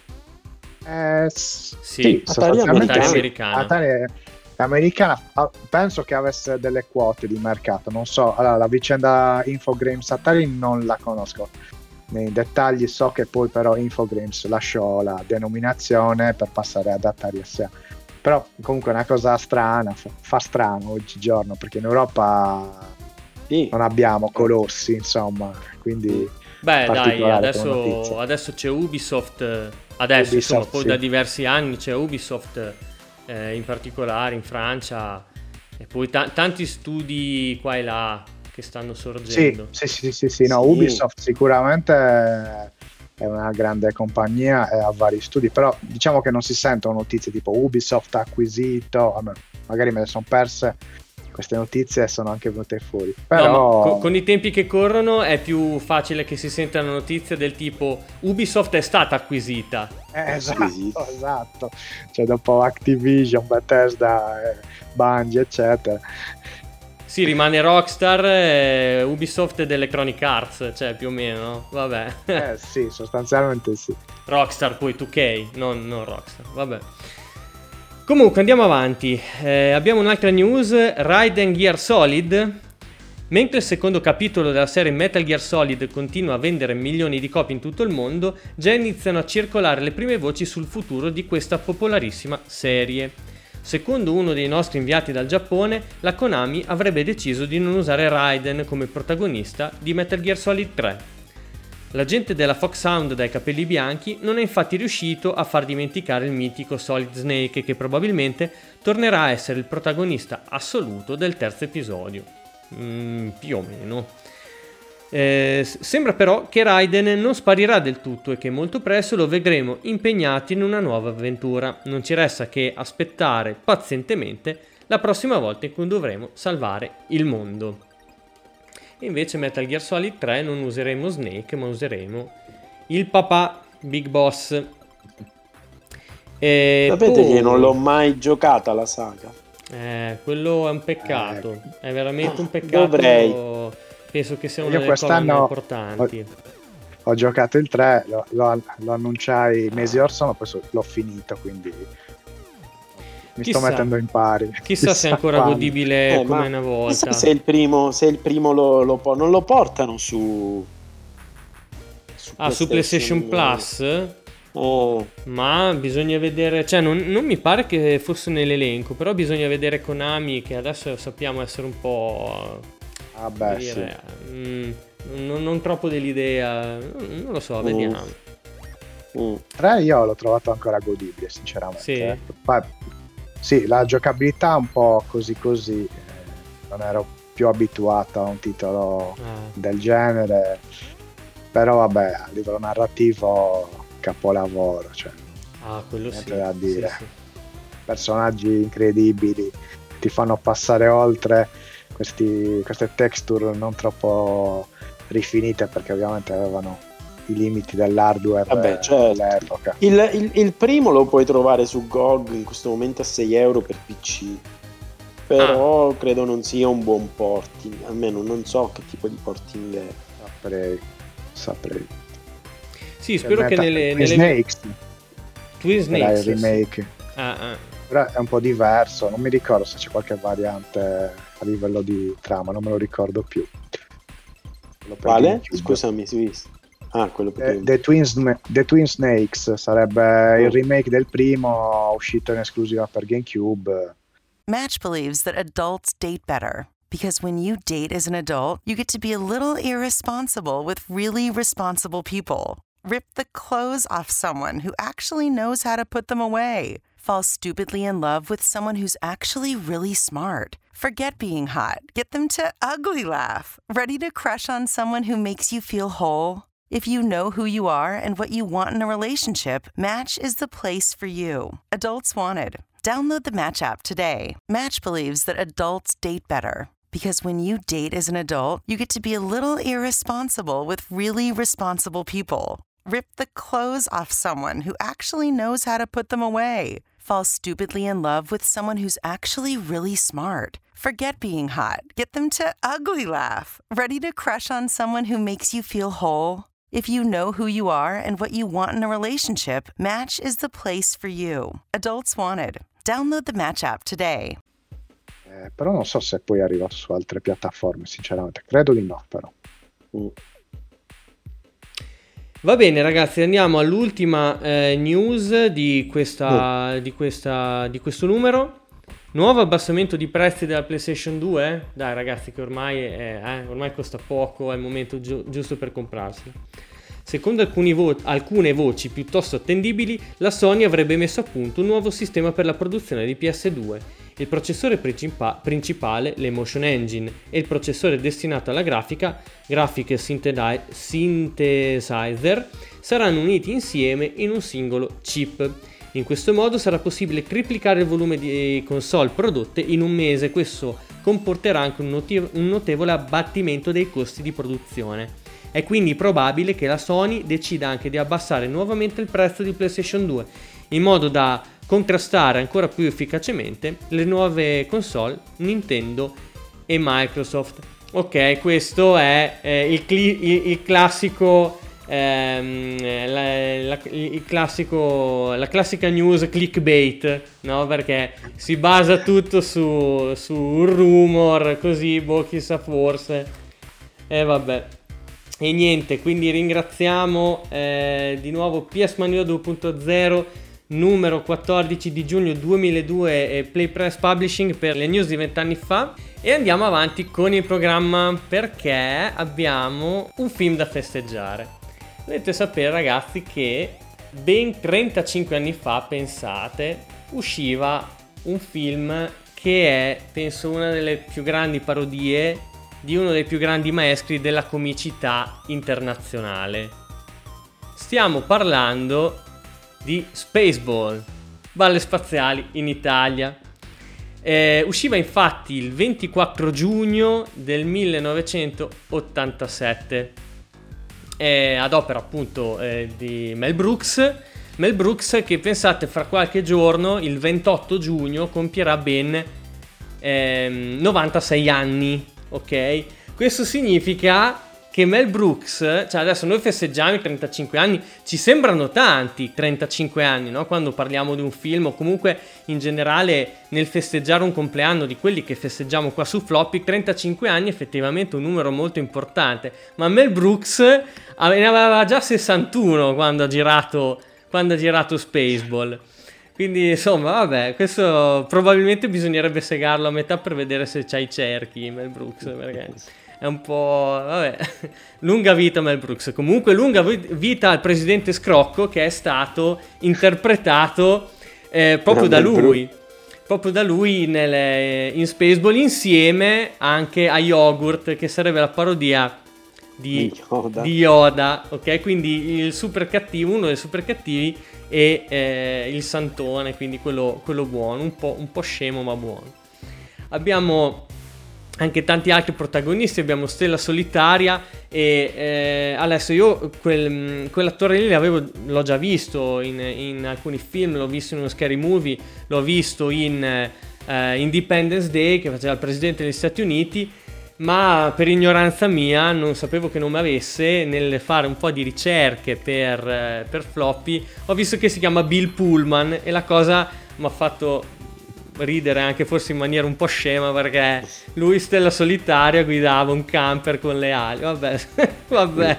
Eh, s- Sì, sì, Atari sostanzialmente Atari sì. americana. Atari è è americana, ah, penso che avesse delle quote di mercato, non so, allora, la vicenda Infogrames Atari non la conosco nei dettagli, so che poi però Infogrames lasciò la denominazione per passare ad Atari S A, però comunque è una cosa strana, fa, fa strano oggigiorno perché in Europa Sì. non abbiamo colossi, insomma, quindi Beh, dai, particolare come adesso, notizia. adesso c'è Ubisoft, eh, adesso Ubisoft, insomma, poi sì. da diversi anni c'è Ubisoft, eh, in particolare in Francia, e poi ta- tanti studi qua e là che stanno Sì, sorgendo. sì, sì, sì, sì, no, Sì. Ubisoft sicuramente è una grande compagnia e ha vari studi, però diciamo che non si sentono notizie tipo Ubisoft ha acquisito, vabbè, magari me le sono perse queste notizie e sono anche venute fuori, però No, ma co- con i tempi che corrono è più facile che si senta una notizia del tipo Ubisoft è stata acquisita. Eh, esatto, Sì. esatto, cioè dopo Activision, Bethesda, eh, Bungie eccetera. Sì, rimane Rockstar, eh, Ubisoft ed Electronic Arts, cioè più o meno, no? Vabbè. Eh sì, sostanzialmente sì. Rockstar poi due K, non, non Rockstar, vabbè. Comunque andiamo avanti, eh, abbiamo un'altra news, Raiden Gear Solid. Mentre il secondo capitolo della serie Metal Gear Solid continua a vendere milioni di copie in tutto il mondo, già iniziano a circolare le prime voci sul futuro di questa popolarissima serie. Secondo uno dei nostri inviati dal Giappone, la Konami avrebbe deciso di non usare Raiden come protagonista di Metal Gear Solid tre. L'agente della Foxhound dai capelli bianchi non è infatti riuscito a far dimenticare il mitico Solid Snake, che probabilmente tornerà a essere il protagonista assoluto del terzo episodio. Mm, più o meno. Eh, sembra però che Raiden non sparirà del tutto e che molto presto lo vedremo impegnato in una nuova avventura. Non ci resta che aspettare pazientemente la prossima volta in cui dovremo salvare il mondo. E invece Metal Gear Solid tre non useremo Snake, ma useremo il papà Big Boss. E Sapete poi... che non l'ho mai giocata la saga? Eh, quello è un peccato, Eh, è veramente un peccato. dovrei. Penso che sia Io una delle colonne quest'anno importanti. ho giocato il tre, lo, lo, lo annunciai mesi or sono, poi so- l'ho finito, quindi mi Chissà. sto mettendo in pari. Chissà se è ancora quando. godibile Eh, come ma una chissà volta. se il primo, se il primo lo, lo po- non lo portano su, su Ah, su PlayStation Plus? Oh, Ma bisogna vedere, cioè non, non mi pare che fosse nell'elenco, però bisogna vedere Konami, che adesso sappiamo essere un po', Ah come beh, dire, mm, non, non troppo dell'idea, non, non lo so, vediamo. mm. tre io l'ho trovato ancora godibile, sinceramente. Sì. eh. Poi, sì, la giocabilità un po' così così, eh, non ero più abituato a un titolo Ah. del genere, però vabbè, a livello narrativo capolavoro, cioè Ah, quello sì. niente da dire. Sì, sì. Personaggi incredibili, ti fanno passare oltre questi, queste texture non troppo rifinite, perché ovviamente avevano i limiti dell'hardware Vabbè, eh, certo. dell'epoca. Il, il- il primo lo puoi trovare su G O G in questo momento a sei euro per P C, però Ah. credo non sia un buon porting, almeno non so che tipo di porting è. Saprei, saprei. Sì, spero che Metal- nelle, Twin nelle... Snakes Twin era Snakes, il sì. remake, Ah, ah. però è un po' diverso, non mi ricordo se c'è qualche variante a livello di trama, non me lo ricordo più. Quello per Quale? GameCube. Scusami, Swiss. Ah, quello The, per The Twin, Sna- The Twin Snakes sarebbe Oh. il remake del primo, uscito in esclusiva per GameCube. Match believes that adults date better because when you date as an adult, you get to be a little irresponsible with really responsible people. Rip the clothes off someone who actually knows how to put them away. Fall stupidly in love with someone who's actually really smart. Forget being hot. Get them to ugly laugh. Ready to crush on someone who makes you feel whole? If you know who you are and what you want in a relationship, Match is the place for you. Adults Wanted. Download the Match app today. Match believes that adults date better. Because when you date as an adult, you get to be a little irresponsible with really responsible people. Rip the clothes off someone who actually knows how to put them away. Fall stupidly in love with someone who's actually really smart. Forget being hot. Get them to ugly laugh. Ready to crush on someone who makes you feel whole? If you know who you are and what you want in a relationship, Match is the place for you. Adults Wanted. Download the Match app today. Eh, però non so se poi è arrivato su altre piattaforme, sinceramente. Credo di no, però. Mm. Va bene ragazzi, andiamo all'ultima eh, news di, questa, Mm. di, questa, di questo numero. Nuovo abbassamento di prezzi della PlayStation due? Dai ragazzi, che ormai, è, eh, ormai costa poco, è il momento giu- giusto per comprarsi. Secondo alcuni vo- alcune voci piuttosto attendibili, la Sony avrebbe messo a punto un nuovo sistema per la produzione di P S due. Il processore principa- principale, l'Emotion Engine, e il processore destinato alla grafica, Graphic Synthedi- Synthesizer, saranno uniti insieme in un singolo chip. In questo modo sarà possibile triplicare il volume di console prodotte in un mese. Questo comporterà anche un, noti- un notevole abbattimento dei costi di produzione. È quindi probabile che la Sony decida anche di abbassare nuovamente il prezzo di PlayStation due, in modo da contrastare ancora più efficacemente le nuove console Nintendo e Microsoft. Ok, questo è eh, il, cli- il, il classico ehm, la, la, il classico la classica news clickbait, no? Perché si basa tutto su, su un rumor, così, boh, chissà forse. E vabbè. E niente, quindi ringraziamo eh, di nuovo P S Mania due punto zero numero quattordici di giugno duemiladue e Play Press Publishing per le news di vent'anni fa, e andiamo avanti con il programma perché abbiamo un film da festeggiare. Dovete sapere ragazzi che ben trentacinque anni fa, pensate, usciva un film che è, penso, una delle più grandi parodie di uno dei più grandi maestri della comicità internazionale. Stiamo parlando di Spaceball, Balle spaziali in Italia. Eh, usciva infatti il ventiquattro giugno del millenovecentottantasette, eh, ad opera appunto eh, di Mel Brooks. Mel Brooks che, pensate, fra qualche giorno, il ventotto giugno, compierà ben eh, novantasei anni. Ok, questo significa che Mel Brooks, cioè adesso noi festeggiamo i trentacinque anni, ci sembrano tanti trentacinque anni, no? Quando parliamo di un film o comunque in generale nel festeggiare un compleanno di quelli che festeggiamo qua su Floppy, trentacinque anni è effettivamente un numero molto importante, ma Mel Brooks ne aveva già sessantuno quando ha girato, quando ha girato Spaceball. Quindi insomma, vabbè, questo probabilmente bisognerebbe segarlo a metà per vedere se c'ha i cerchi Mel Brooks, perché è un po', vabbè, lunga vita Mel Brooks. Comunque lunga vita al presidente Scrocco, che è stato interpretato eh, proprio da lui, proprio da lui nel, in Spaceball, insieme anche a Yogurt, che sarebbe la parodia di Yoda. di Yoda, ok? Quindi il super cattivo, uno dei super cattivi, e eh, il santone, quindi quello, quello buono, un po', un po' scemo ma buono. Abbiamo anche tanti altri protagonisti, abbiamo Stella Solitaria e eh, adesso io quel, quell'attore lì l'avevo, l'ho già visto in, in alcuni film, l'ho visto in uno Scary Movie, l'ho visto in eh, Independence Day, che faceva il presidente degli Stati Uniti, ma per ignoranza mia non sapevo che nome avesse. Nel fare un po' di ricerche per, eh, per Floppy ho visto che si chiama Bill Pullman, e la cosa mi ha fatto ridere anche forse in maniera un po' scema, perché lui, Stella Solitaria, guidava un camper con le ali. Vabbè, vabbè,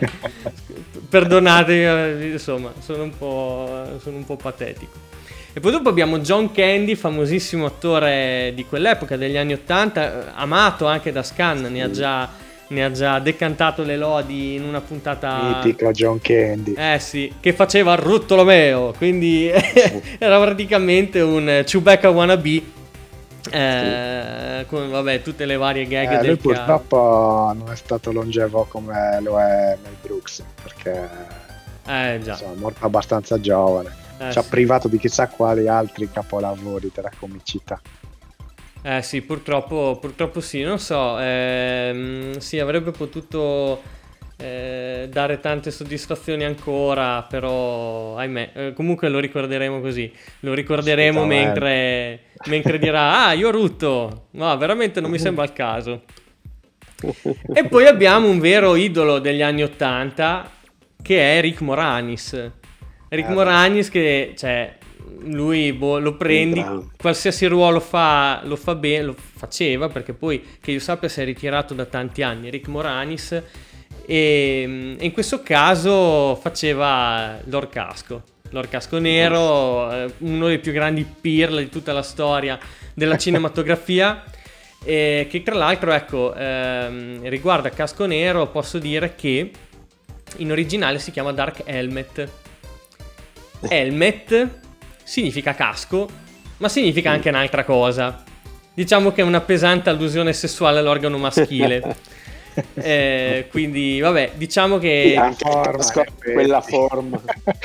perdonatemi, insomma, sono un po', sono un po' patetico. E poi dopo abbiamo John Candy, famosissimo attore di quell'epoca, degli anni ottanta, amato anche da Scan, ne ha già, ne ha già decantato le lodi in una puntata. Mitico John Candy. Eh sì, che faceva Ruttolomeo, quindi era praticamente un Chewbacca wannabe, Eh, con, vabbè, tutte le varie gag eh, del lui caso. purtroppo non è stato longevo come lo è Mel Brooks, perché Eh già. insomma, è morto abbastanza giovane, Eh, ci ha sì. privato di chissà quali altri capolavori della comicità. Eh sì, purtroppo, purtroppo sì, non so, ehm, sì, avrebbe potuto eh, dare tante soddisfazioni ancora, però ahimè, eh, comunque lo ricorderemo così, lo ricorderemo Assolutamente. mentre, mentre dirà, ah, io ho rutto, no, veramente non mi sembra il caso. E poi abbiamo un vero idolo degli anni Ottanta, che è Rick Moranis. Rick Eh, Moranis che, cioè, lui boh, lo prendi, Bravo. qualsiasi ruolo fa, lo fa bene, lo faceva, perché poi, che io sappia, si è ritirato da tanti anni, Rick Moranis, e, e in questo caso faceva Lord Casco. Lord Casco Nero, eh, uno dei più grandi pirla di tutta la storia della cinematografia. E che tra l'altro, ecco, ehm, riguardo a Casco Nero, posso dire che in originale si chiama Dark Helmet. Helmet significa casco, ma significa anche un'altra cosa. Diciamo che è una pesante allusione sessuale all'organo maschile. Eh, quindi, vabbè, diciamo che Anche forma, casco- in effetti. quella forma.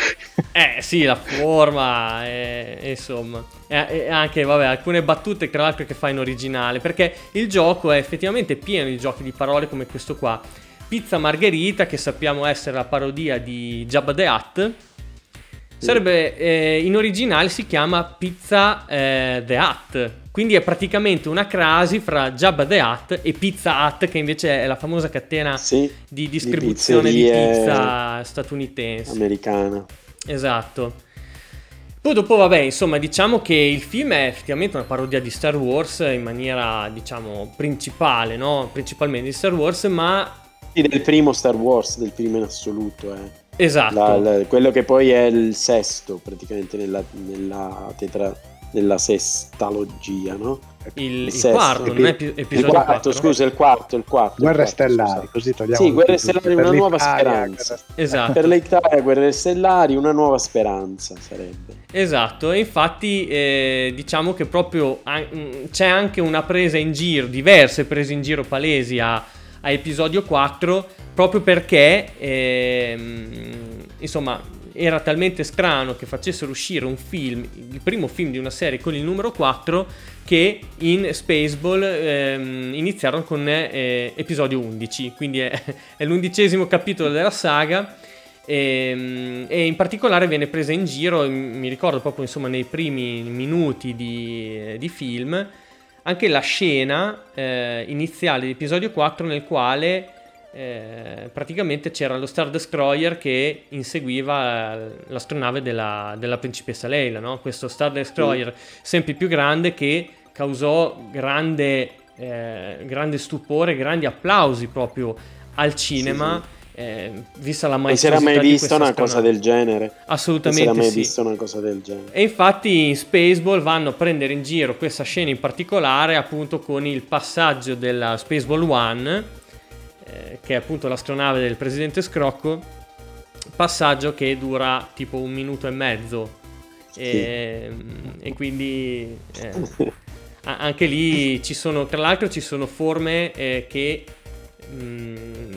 Eh sì, la forma, eh, insomma, e, e anche, vabbè, alcune battute tra l'altro che fa in originale, perché il gioco è effettivamente pieno di giochi di parole come questo qua. Pizza Margherita, che sappiamo essere la parodia di Jabba the Hutt, sarebbe, eh, in originale si chiama Pizza eh, the Hutt, quindi è praticamente una crasi fra Jabba the Hutt e Pizza Hut, che invece è la famosa catena Sì, di distribuzione di, pizzerie pizza statunitense. americana. Esatto. Poi dopo, vabbè, insomma, diciamo che il film è effettivamente una parodia di Star Wars in maniera, diciamo, principale, no? Principalmente di Star Wars, ma... Sì, del primo Star Wars, del primo in assoluto, eh. Esatto. La- la- quello che poi è il sesto, praticamente, nella, nella, tetra, nella sestalogia, no? il, il sesto. quarto, non è epi- Il episodio quarto, quattro. scusa, il quarto, il quarto. il Guerre quarto, stellari, scusate. così togliamo Sì, tutti Guerre tutti. stellari, Per una nuova l'Italia, speranza. Guerre- Esatto. Per l'Italia, Guerre stellari, una nuova speranza sarebbe. Esatto, e infatti eh, diciamo che proprio an- mh, c'è anche una presa in giro, diverse prese in giro palesi a, a episodio quattro, proprio perché ehm, insomma era talmente strano che facessero uscire un film, il primo film di una serie con il numero quattro, che in Spaceball ehm, iniziarono con eh, episodio undici, quindi è, è l'undicesimo capitolo della saga. E, e in particolare viene presa in giro, mi ricordo proprio insomma nei primi minuti di, di film, anche la scena eh, iniziale di episodio quattro, nel quale eh, praticamente c'era lo Star Destroyer che inseguiva l'astronave della, della principessa Leila, no? Questo Star Destroyer sempre più grande, che causò grande, eh, grande stupore, grandi applausi proprio al cinema. Sì, sì. Eh, vista la Non si maestosità era mai di vista questa una cosa astronave. del genere. Assolutamente non si era mai sì. vista una cosa del genere. E infatti in Spaceball vanno a prendere in giro questa scena in particolare, appunto con il passaggio della Spaceball One, eh, che è appunto l'astronave del presidente Scrocco, passaggio che dura tipo un minuto e mezzo. Sì. E, e quindi eh, anche lì ci sono, tra l'altro ci sono forme eh, che mh,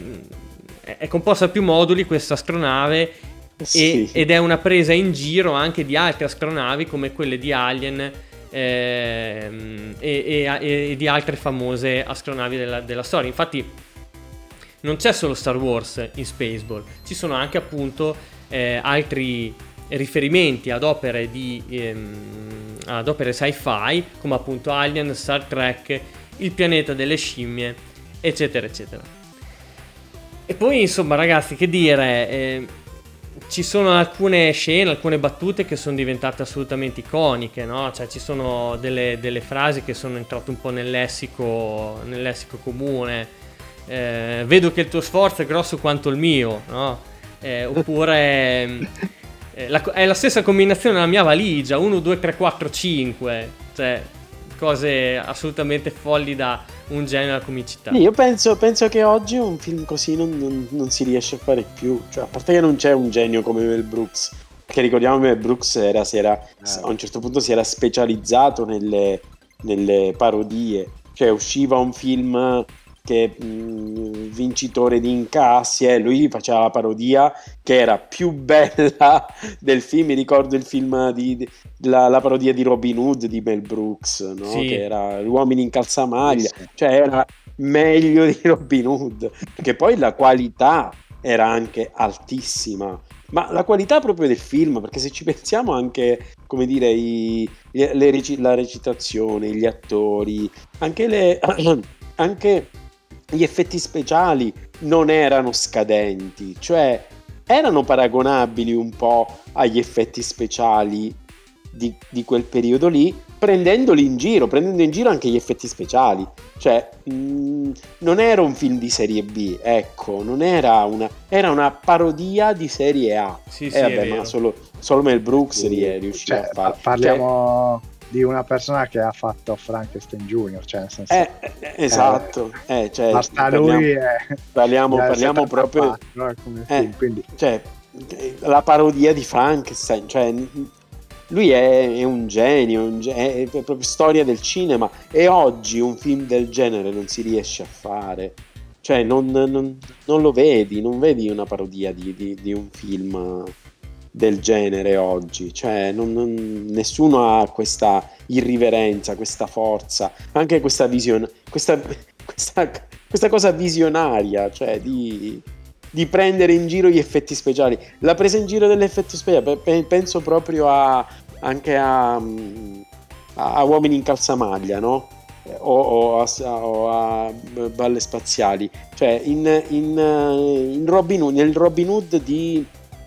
è composta da più moduli questa astronave, Sì. e, ed è una presa in giro anche di altre astronavi come quelle di Alien ehm, e, e, e di altre famose astronavi della, della storia. Infatti non c'è solo Star Wars in Spaceball, ci sono anche appunto eh, altri riferimenti ad opere di ehm, ad opere sci-fi come appunto Alien, Star Trek, Il pianeta delle scimmie, eccetera eccetera. E poi insomma ragazzi, che dire, eh, ci sono alcune scene, alcune battute che sono diventate assolutamente iconiche, no? Cioè ci sono delle, delle frasi che sono entrate un po' nel lessico, nel lessico comune. Eh, vedo che il tuo sforzo è grosso quanto il mio, no? Eh, oppure eh, la, è la stessa combinazione della mia valigia, uno, due, tre, quattro, cinque, cioè cose assolutamente folli da un genio della comicità. Io penso, penso che oggi un film così non, non, non si riesce a fare più, cioè, a parte che non c'è un genio come Mel Brooks, che ricordiamo Mel Brooks era, si era, Eh. a un certo punto si era specializzato nelle, nelle parodie, cioè usciva un film che mh, vincitore di incassi e eh, lui faceva la parodia che era più bella del film. Mi ricordo il film di, di la, la parodia di Robin Hood di Mel Brooks, no? Sì. Che era Gli uomini in calzamaglia, Sì, sì. cioè era meglio di Robin Hood, perché poi la qualità era anche altissima, ma la qualità proprio del film, perché se ci pensiamo anche, come dire, i, le, reci- la recitazione, gli attori, anche le anche gli effetti speciali non erano scadenti, cioè erano paragonabili un po' agli effetti speciali di, di quel periodo lì, prendendoli in giro, prendendo in giro anche gli effetti speciali. Cioè, mh, non era un film di serie B, ecco, non era una, era una parodia di serie A. Sì, eh, sì, vabbè, è vero. ma solo, solo Mel Brooks Sì, è riuscito cioè, a farlo. parliamo di una persona che ha fatto Frankenstein Junior, cioè nel senso, Cioè, eh, eh, esatto, eh, cioè, basta parliamo, lui è, parliamo, è parliamo proprio, no, come eh, film, quindi cioè, la parodia di Frankenstein, cioè, lui è, è un genio, un ge- è proprio storia del cinema, e oggi un film del genere non si riesce a fare, cioè non, non, non lo vedi, non vedi una parodia di, di, di un film del genere oggi, cioè non, non- nessuno ha questa irriverenza, questa forza, anche questa visione, questa, questa, questa cosa visionaria, cioè di, di prendere in giro gli effetti speciali. La presa in giro dell'effetto speciale, pe- pe- penso proprio a, anche a, a, a Uomini in calzamaglia, no? O, o, a, o a Balle spaziali, cioè in, in, in Robin Hood, nel Robin Hood di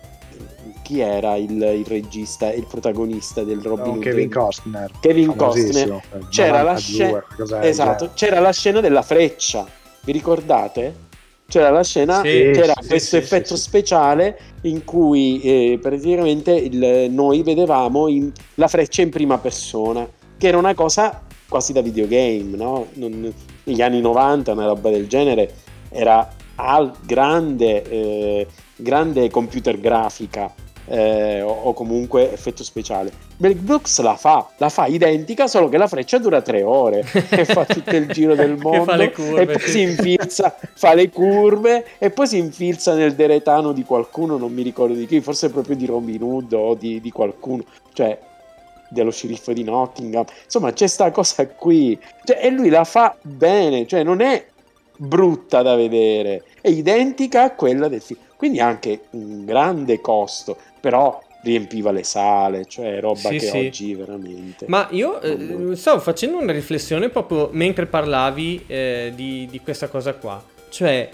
chi era il, il regista e il protagonista del Robin no, Hood? Kevin Costner, Kevin famosissimo, Costner. C'era la, novantadue, scena, cos'è del esatto, genere. c'era la scena della freccia, vi ricordate? C'era la scena, Sì, c'era sì, questo sì, effetto sì, sì. speciale in cui eh, praticamente il, noi vedevamo in- la freccia in prima persona, che era una cosa quasi da videogame, no? Non- negli anni novanta una roba del genere era al grande, eh, grande computer grafica, eh, o, o comunque effetto speciale. Mel Brooks la fa, la fa identica, solo che la freccia dura tre ore e fa tutto il giro del Che mondo fa le curve, e poi sì. si infilza, fa le curve e poi si infilza nel deretano di qualcuno, non mi ricordo di chi, forse proprio di Robin Hood o di, di qualcuno, cioè dello sceriffo di Nottingham. Insomma, c'è sta cosa qui, cioè, e lui la fa bene, cioè non è brutta da vedere, è identica a quella del film, quindi anche un grande costo, però riempiva le sale, cioè roba Sì, che sì. oggi veramente Ma io non- eh, stavo facendo una riflessione proprio mentre parlavi eh, di, di questa cosa qua. Cioè,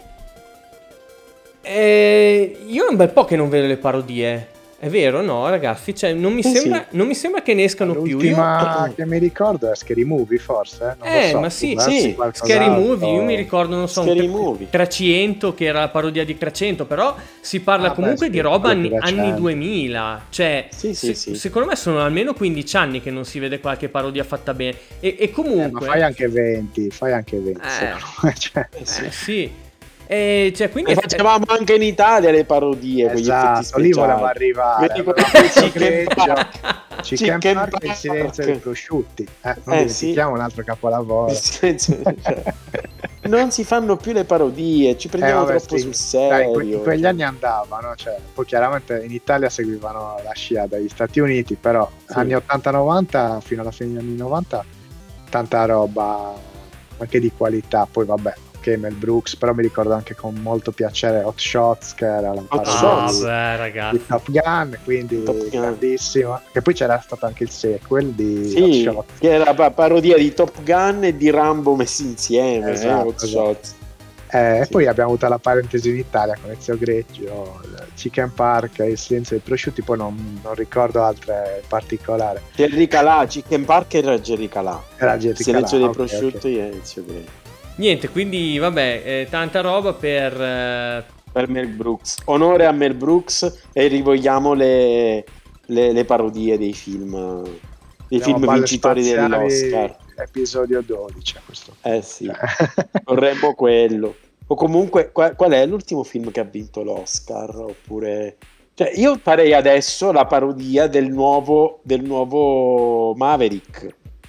eh, io è un bel po' che non vedo le parodie. È vero, no, ragazzi? Cioè, non mi, Sì, sembra, sì. non mi sembra che ne escano più. Io... L'ultima che mi ricordo è Scary Movie, forse, non Eh, lo so, ma sì, può darsi sì, qualcos'altro. Scary Movie, io mi ricordo, non so, un Scary tre- Movie. trecento, che era la parodia di trecento, però si parla Ah, beh, comunque sì, di roba quello più anni, anni recente. duemila, cioè, Sì, sì, se- sì. secondo me sono almeno quindici anni che non si vede qualche parodia fatta bene, e, e Eh, ma comunque... fai anche venti, fai anche venti, Eh. secondo me, cioè, Eh sì. Eh, sì, e, cioè, quindi... Ne facevamo anche in Italia le parodie con gli effetti esatto, lì speciali. voleva arrivare. Mi ricordo Aveva fatto Chicken Greggio, Park. Chicken Chicken Park e il Park. silenzio dei prosciutti. Eh, non Eh, dimentichiamo un altro capolavoro. Il silenzio- cioè, non si fanno più le parodie, ci Eh, prendiamo vabbè, troppo sì. sul Dai, in, que- serio. in quegli cioè. anni andavano, cioè, poi chiaramente in Italia seguivano la scia dagli Stati Uniti, però Sì. anni ottanta novanta fino alla fine degli anni novanta tanta roba anche di qualità, poi vabbè, ok, Mel Brooks, però mi ricordo anche con molto piacere Hot Shots, che era la Hot parodia Ah, Shots. di- beh, ragazzi. di Top Gun, quindi Top Gun. grandissima, e poi c'era stato anche il sequel di Sì, Hot Shots. che era pa- parodia di Top Gun e di Rambo messi insieme, Esatto, eh, Hot esatto. Shots. Eh, E Sì. poi abbiamo avuto la parentesi in Italia con Ezio Greggio, il Chicken Park e il silenzio dei prosciutti, poi non, non ricordo altre in particolare. Jerry Calà, Chicken Park era Jerry Calà. Era Jerry Silenzio Calà, dei ok, prosciutto ok. e Ezio Greggio. Niente, quindi vabbè, eh, tanta roba per... eh, Per Mel Brooks. Onore a Mel Brooks e rivogliamo le, le, le parodie dei film, dei Abbiamo film Balle vincitori Spaziali, dell'Oscar. episodio dodici a questo Eh sì, punto. vorremmo quello. O comunque, qual, qual è l'ultimo film che ha vinto l'Oscar? Oppure... Cioè, io farei adesso la parodia del nuovo, del nuovo Maverick.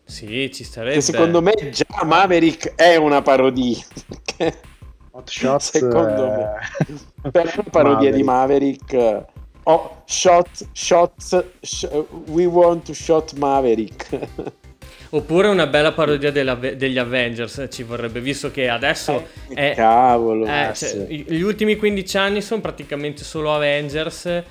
Sì, ci starebbe. Che secondo me già Maverick è una parodia. Hot Shots, secondo eh... me per una parodia Maverick. Di Maverick. Oh, shot, shots, sh- we want to shot Maverick. Oppure una bella parodia degli Avengers ci vorrebbe, visto che adesso eh, è, cavolo, eh, cioè, gli ultimi quindici anni sono praticamente solo Avengers e,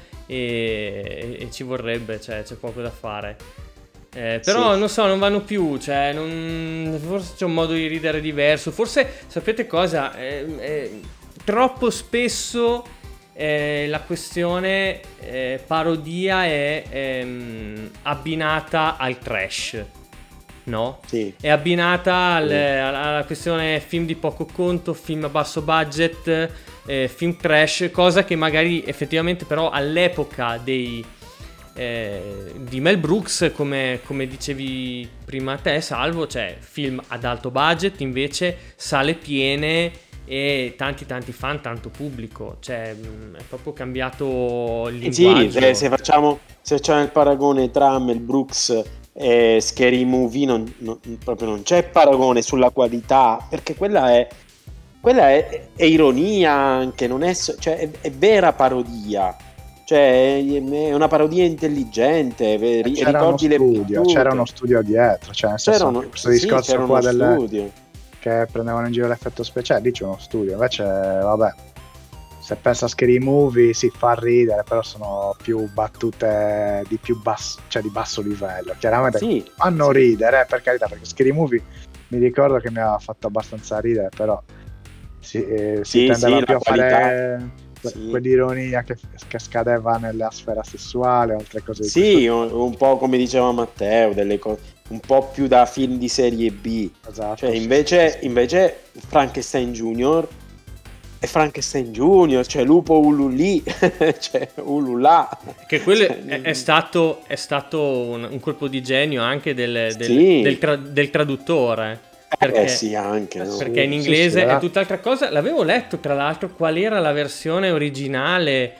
e ci vorrebbe, cioè c'è poco da fare. Eh, però sì. non so, non vanno più, cioè non, forse c'è un modo di ridere diverso, forse sapete cosa? Eh, eh, troppo spesso eh, la questione eh, parodia è ehm, abbinata al trash. No? Sì. È abbinata al, sì. alla questione film di poco conto, film a basso budget, eh, film trash, cosa che magari effettivamente però all'epoca dei eh, di Mel Brooks, come, come dicevi prima te Salvo, cioè film ad alto budget, invece sale piene e tanti tanti fan, tanto pubblico, cioè è proprio cambiato il linguaggio. Sì, se, se facciamo se facciamo il paragone tra Mel Brooks e Scary Movie non, non, proprio non c'è paragone sulla qualità, perché quella è quella è, è ironia anche, non è, cioè è, è vera parodia, cioè è una parodia intelligente, c'era ricordi uno studio, le c'era uno studio dietro, cioè nel senso, uno, questo sì, discorso c'era qua uno del, studio che prendevano in giro l'effetto speciale, lì c'è uno studio, invece vabbè, se pensa a Scary Movie si fa ridere, però sono più battute di più basso, cioè di basso livello, chiaramente sì, fanno sì. ridere, per carità, perché Scary Movie mi ricordo che mi ha fatto abbastanza ridere, però si, eh, si sì, tendeva sì, più a qualità. fare Sì. quell'ironia che, che scadeva nella sfera sessuale, altre cose di sì, un, un po' come diceva Matteo, delle cose un po' più da film di serie B. Esatto, cioè sì, invece, sì, sì. invece Frankenstein Junior è Frankenstein Junior, cioè lupo ululì, cioè ululà. Che quello cioè, è, è stato, è stato un, un colpo di genio anche del, del, sì. del, tra, del traduttore. Perché, eh sì, anche, no? perché in Sì, inglese sì, sì, è tutt'altra cosa. L'avevo letto tra l'altro qual era la versione originale.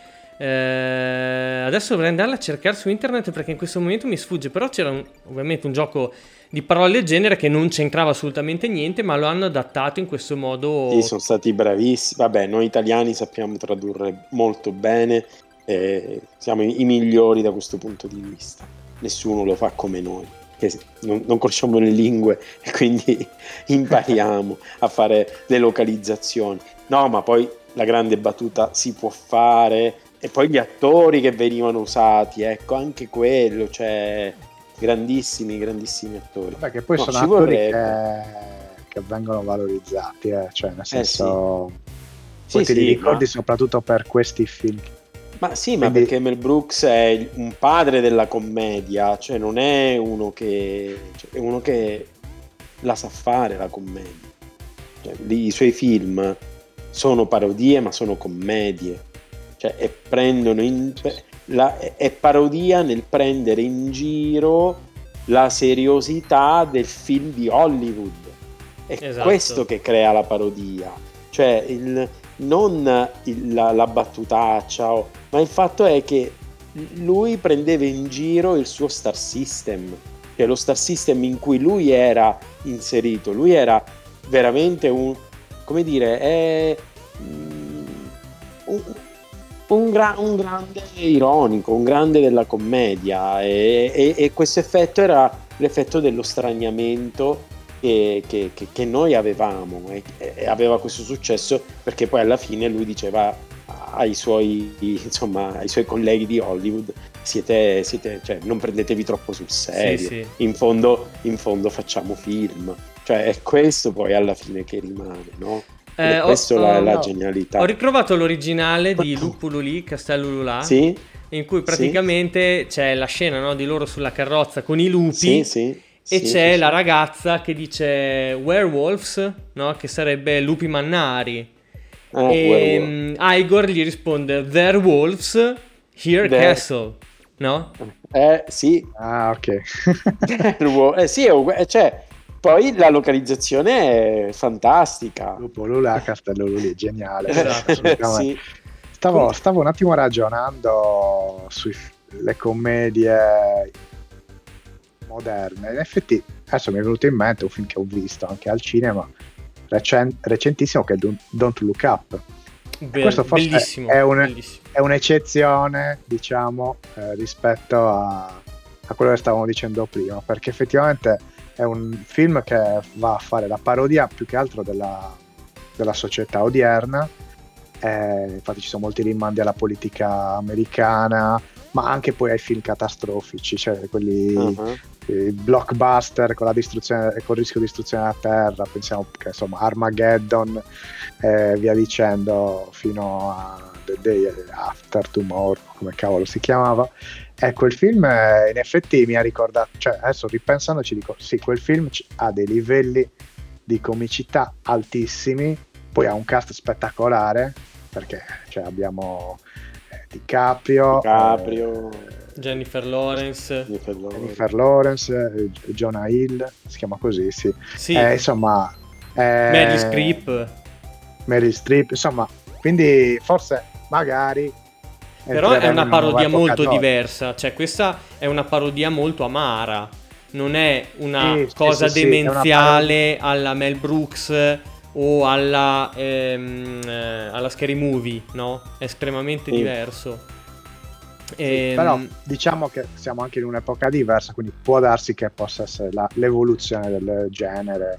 Eh, adesso dovrei andarla a cercare su internet perché in questo momento mi sfugge. Però c'era un, ovviamente un gioco di parole del genere che non c'entrava assolutamente niente, ma lo hanno adattato in questo modo. Sì, sono stati bravissimi. Vabbè, noi italiani sappiamo tradurre molto bene, eh, siamo i, i migliori da questo punto di vista. Nessuno lo fa come noi, che non, non conosciamo le lingue e quindi impariamo a fare le localizzazioni. No, ma poi la grande battuta si può fare, e poi gli attori che venivano usati, ecco, anche quello, cioè grandissimi, grandissimi attori. Beh, che poi no, sono attori che, che vengono valorizzati, eh? Cioè nel senso, eh sì. poi sì, ti sì, ricordi ma... soprattutto per questi film. Ma sì, Quindi... ma perché Mel Brooks è un padre della commedia, cioè non è uno che, cioè, è uno che la sa fare la commedia. Cioè, i suoi film sono parodie, ma sono commedie, cioè e prendono in la, è parodia nel prendere in giro la seriosità del film di Hollywood. È esatto. questo che crea la parodia, cioè il, non il, la, la battutaccia, o, ma il fatto è che lui prendeva in giro il suo star system, cioè lo star system in cui lui era inserito. Lui era veramente un, come dire, è un, un, gra- un grande ironico, un grande della commedia, e, e, e questo effetto era l'effetto dello straniamento che, che, che, che noi avevamo, e, e aveva questo successo perché poi alla fine lui diceva ai suoi, insomma, ai suoi colleghi di Hollywood: siete, siete, cioè, non prendetevi troppo sul serio, sì, sì. In fondo, in fondo facciamo film, cioè è questo poi alla fine che rimane, no? Eh, questa è ho, la, um, la no. genialità. Ho ritrovato l'originale di Lupo Lulì, Castello Lulà, sì? in cui praticamente sì. c'è la scena, no, di loro sulla carrozza con i lupi, sì, sì, e sì, c'è sì, la sì. ragazza che dice werewolves, no, che sarebbe lupi mannari. Eh, e Igor gli risponde "They're wolves, here The... castle", no? Eh sì. Ah, ok. eh sì, è, cioè, poi la localizzazione è fantastica. Lupo Lulà, Castello Lulì, geniale. Esatto. Sì. Stavo, stavo un attimo ragionando sulle commedie moderne. In effetti adesso mi è venuto in mente un film che ho visto anche al cinema recen- recentissimo, che è Don't Look Up. Be- questo forse bellissimo, è, un, bellissimo. è un'eccezione, diciamo, eh, rispetto a, a quello che stavamo dicendo prima, perché effettivamente è un film che va a fare la parodia più che altro della, della società odierna. Eh, infatti ci sono molti rimandi alla politica americana, ma anche poi ai film catastrofici, cioè quelli Uh-huh. i blockbuster con la distruzione, con il rischio di distruzione della terra, pensiamo che insomma Armageddon e eh, via dicendo, fino a The Day After Tomorrow, come cavolo si chiamava. Ecco, il film eh, in effetti mi ha ricordato, cioè adesso ripensandoci dico sì, quel film c- ha dei livelli di comicità altissimi, poi ha un cast spettacolare, perché cioè, abbiamo eh, DiCaprio, DiCaprio, eh, Jennifer Lawrence. Jennifer Lawrence. Jennifer Lawrence, eh, Jonah Hill, si chiama così, sì. Sì, Eh, insomma, eh, Meryl Streep. Meryl Streep, insomma, quindi forse magari Però è entreremo una in nuova parodia epoca molto d'oro. diversa, cioè questa è una parodia molto amara, non è una Sì, sì, cosa sì, sì, è una demenziale alla Mel Brooks o alla, ehm, eh, alla Scary Movie, no? È estremamente Sì. diverso. Sì, Ehm, però diciamo che siamo anche in un'epoca diversa, quindi può darsi che possa essere la- l'evoluzione del genere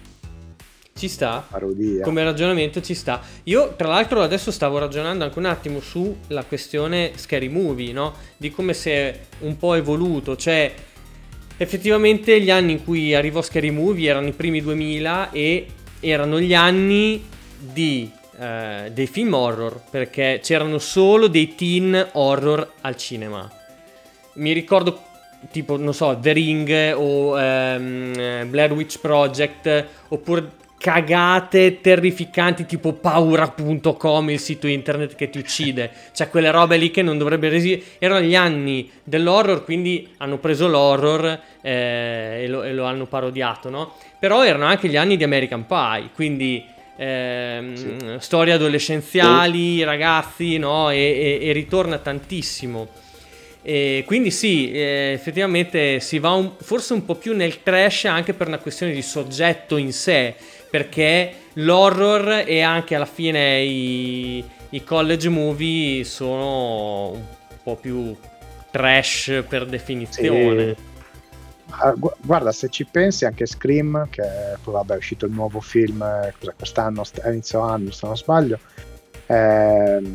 ci sta. parodia. Come ragionamento ci sta. Io tra l'altro adesso stavo ragionando anche un attimo sulla questione Scary Movie, no? Di come si è un po' evoluto, cioè effettivamente gli anni in cui arrivò Scary Movie erano i primi duemila e erano gli anni di, eh, dei film horror, perché c'erano solo dei teen horror al cinema. Mi ricordo tipo, non so, The Ring o ehm, Blair Witch Project, oppure cagate terrificanti tipo paura punto com, il sito internet che ti uccide, cioè quelle robe lì che non dovrebbero esistere. Erano gli anni dell'horror, quindi hanno preso l'horror eh, e, lo, e lo hanno parodiato, no? Però erano anche gli anni di American Pie, quindi ehm, Sì. storie adolescenziali, ragazzi, no? E, e, e ritorna tantissimo. E quindi sì, eh, effettivamente si va un, forse un po' più nel trash anche per una questione di soggetto in sé, perché l'horror e anche alla fine i, i college movie sono un po' più trash per definizione. Sì. Ah, gu- guarda, se ci pensi anche Scream, che poi vabbè è uscito il nuovo film eh, cos'è, quest'anno, st- a inizio anno se non sbaglio, ehm,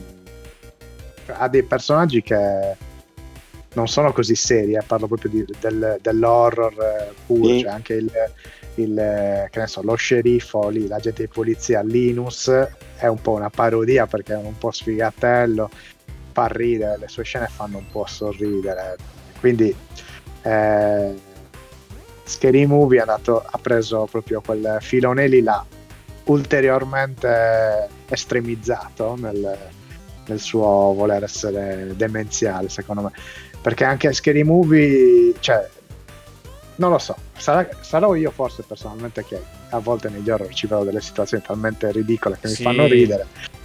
ha dei personaggi che non sono così seri, eh, parlo proprio di- del- dell'horror eh, puro, Sì. cioè anche il, il, eh, che ne so, lo sceriffo lì, l'agente di polizia Linus è un po' una parodia perché è un po' sfigatello, fa ridere, le sue scene fanno un po' sorridere, quindi eh, Scary Movie è andato, ha preso proprio quel filone lì, l'ha ulteriormente estremizzato nel, nel suo voler essere demenziale, secondo me, perché anche Scary Movie, cioè non lo so, sarà, sarò io forse personalmente che a volte negli horror ci vedo delle situazioni talmente ridicole che Sì. mi fanno ridere.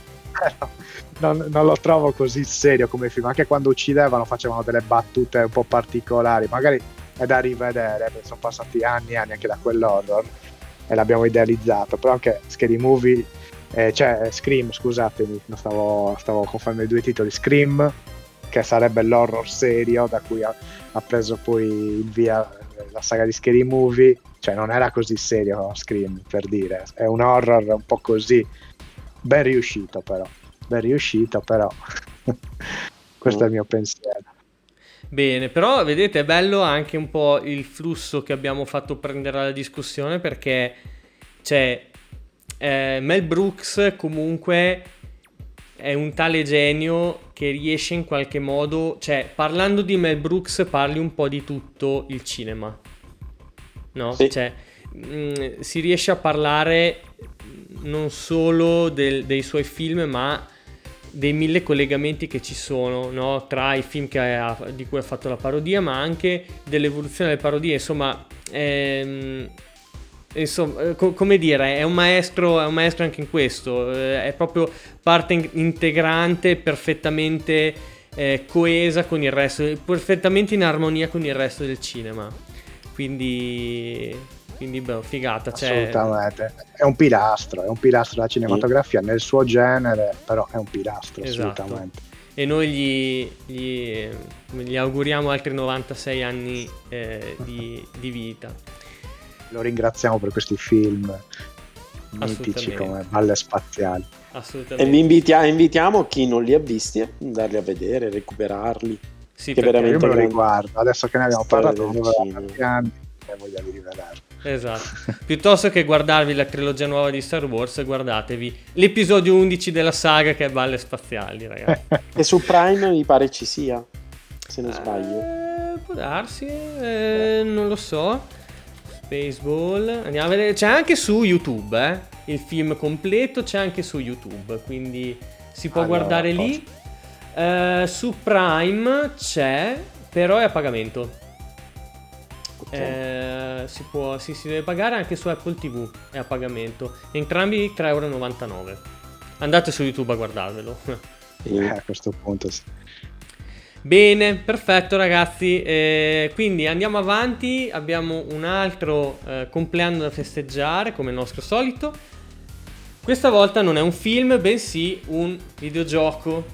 non, non lo trovo così serio come film, anche quando uccidevano facevano delle battute un po' particolari, magari è da rivedere perché sono passati anni e anni anche da quell'horror e l'abbiamo idealizzato, però anche Scary Movie eh, cioè Scream, scusatemi, non stavo, stavo confondendo i due titoli. Scream, che sarebbe l'horror serio da cui ha, ha preso poi il via la saga di Scary Movie, cioè non era così serio Scream, per dire, è un horror un po' così, ben riuscito però ben riuscito però questo è il mio pensiero. Bene, però vedete è bello anche un po' il flusso che abbiamo fatto prendere alla discussione, perché c'è eh, Mel Brooks comunque è un tale genio che riesce in qualche modo, cioè parlando di Mel Brooks parli un po' di tutto il cinema, no? Sì. Cioè mh, si riesce a parlare non solo del- dei suoi film, ma dei mille collegamenti che ci sono, no? Tra i film che ha- di cui ha fatto la parodia, ma anche dell'evoluzione delle parodie, insomma, ehm, insomma eh, co- come dire, è un maestro, è un maestro anche in questo, eh, è proprio parte in- integrante, perfettamente eh, coesa con il resto, perfettamente in armonia con il resto del cinema. quindi, quindi beh, figata. Cioè... Assolutamente, è un pilastro, è un pilastro della cinematografia nel suo genere, però è un pilastro, esatto. assolutamente. E noi gli, gli, gli auguriamo altri novantasei anni eh, di, di vita. Lo ringraziamo per questi film mitici come Balle Spaziali. E vi invitia- invitiamo chi non li ha visti a andarli a vedere, recuperarli. Sì, che veramente io me lo riguardo, adesso che ne abbiamo parlato, tanti anni e voglio di rivederlo. Esatto. Piuttosto che guardarvi la trilogia nuova di Star Wars, guardatevi l'episodio undici della saga, che è Balle Spaziali, ragazzi. E su Prime mi pare ci sia, se non eh, sbaglio. Può darsi, eh, non lo so. Baseball, andiamo a vedere, c'è anche su YouTube, eh? Il film completo c'è anche su YouTube, quindi si può allora, guardare lì. Uh, su Prime c'è, però è a pagamento. Okay. Uh, si può, sì, si deve pagare. Anche su Apple tivù è a pagamento. Entrambi tre e novantanove euro. Andate su YouTube a guardarvelo. Eh, a questo punto sì. Bene, perfetto ragazzi, eh, quindi andiamo avanti, abbiamo un altro eh, compleanno da festeggiare come il nostro solito. Questa volta non è un film, bensì un videogioco,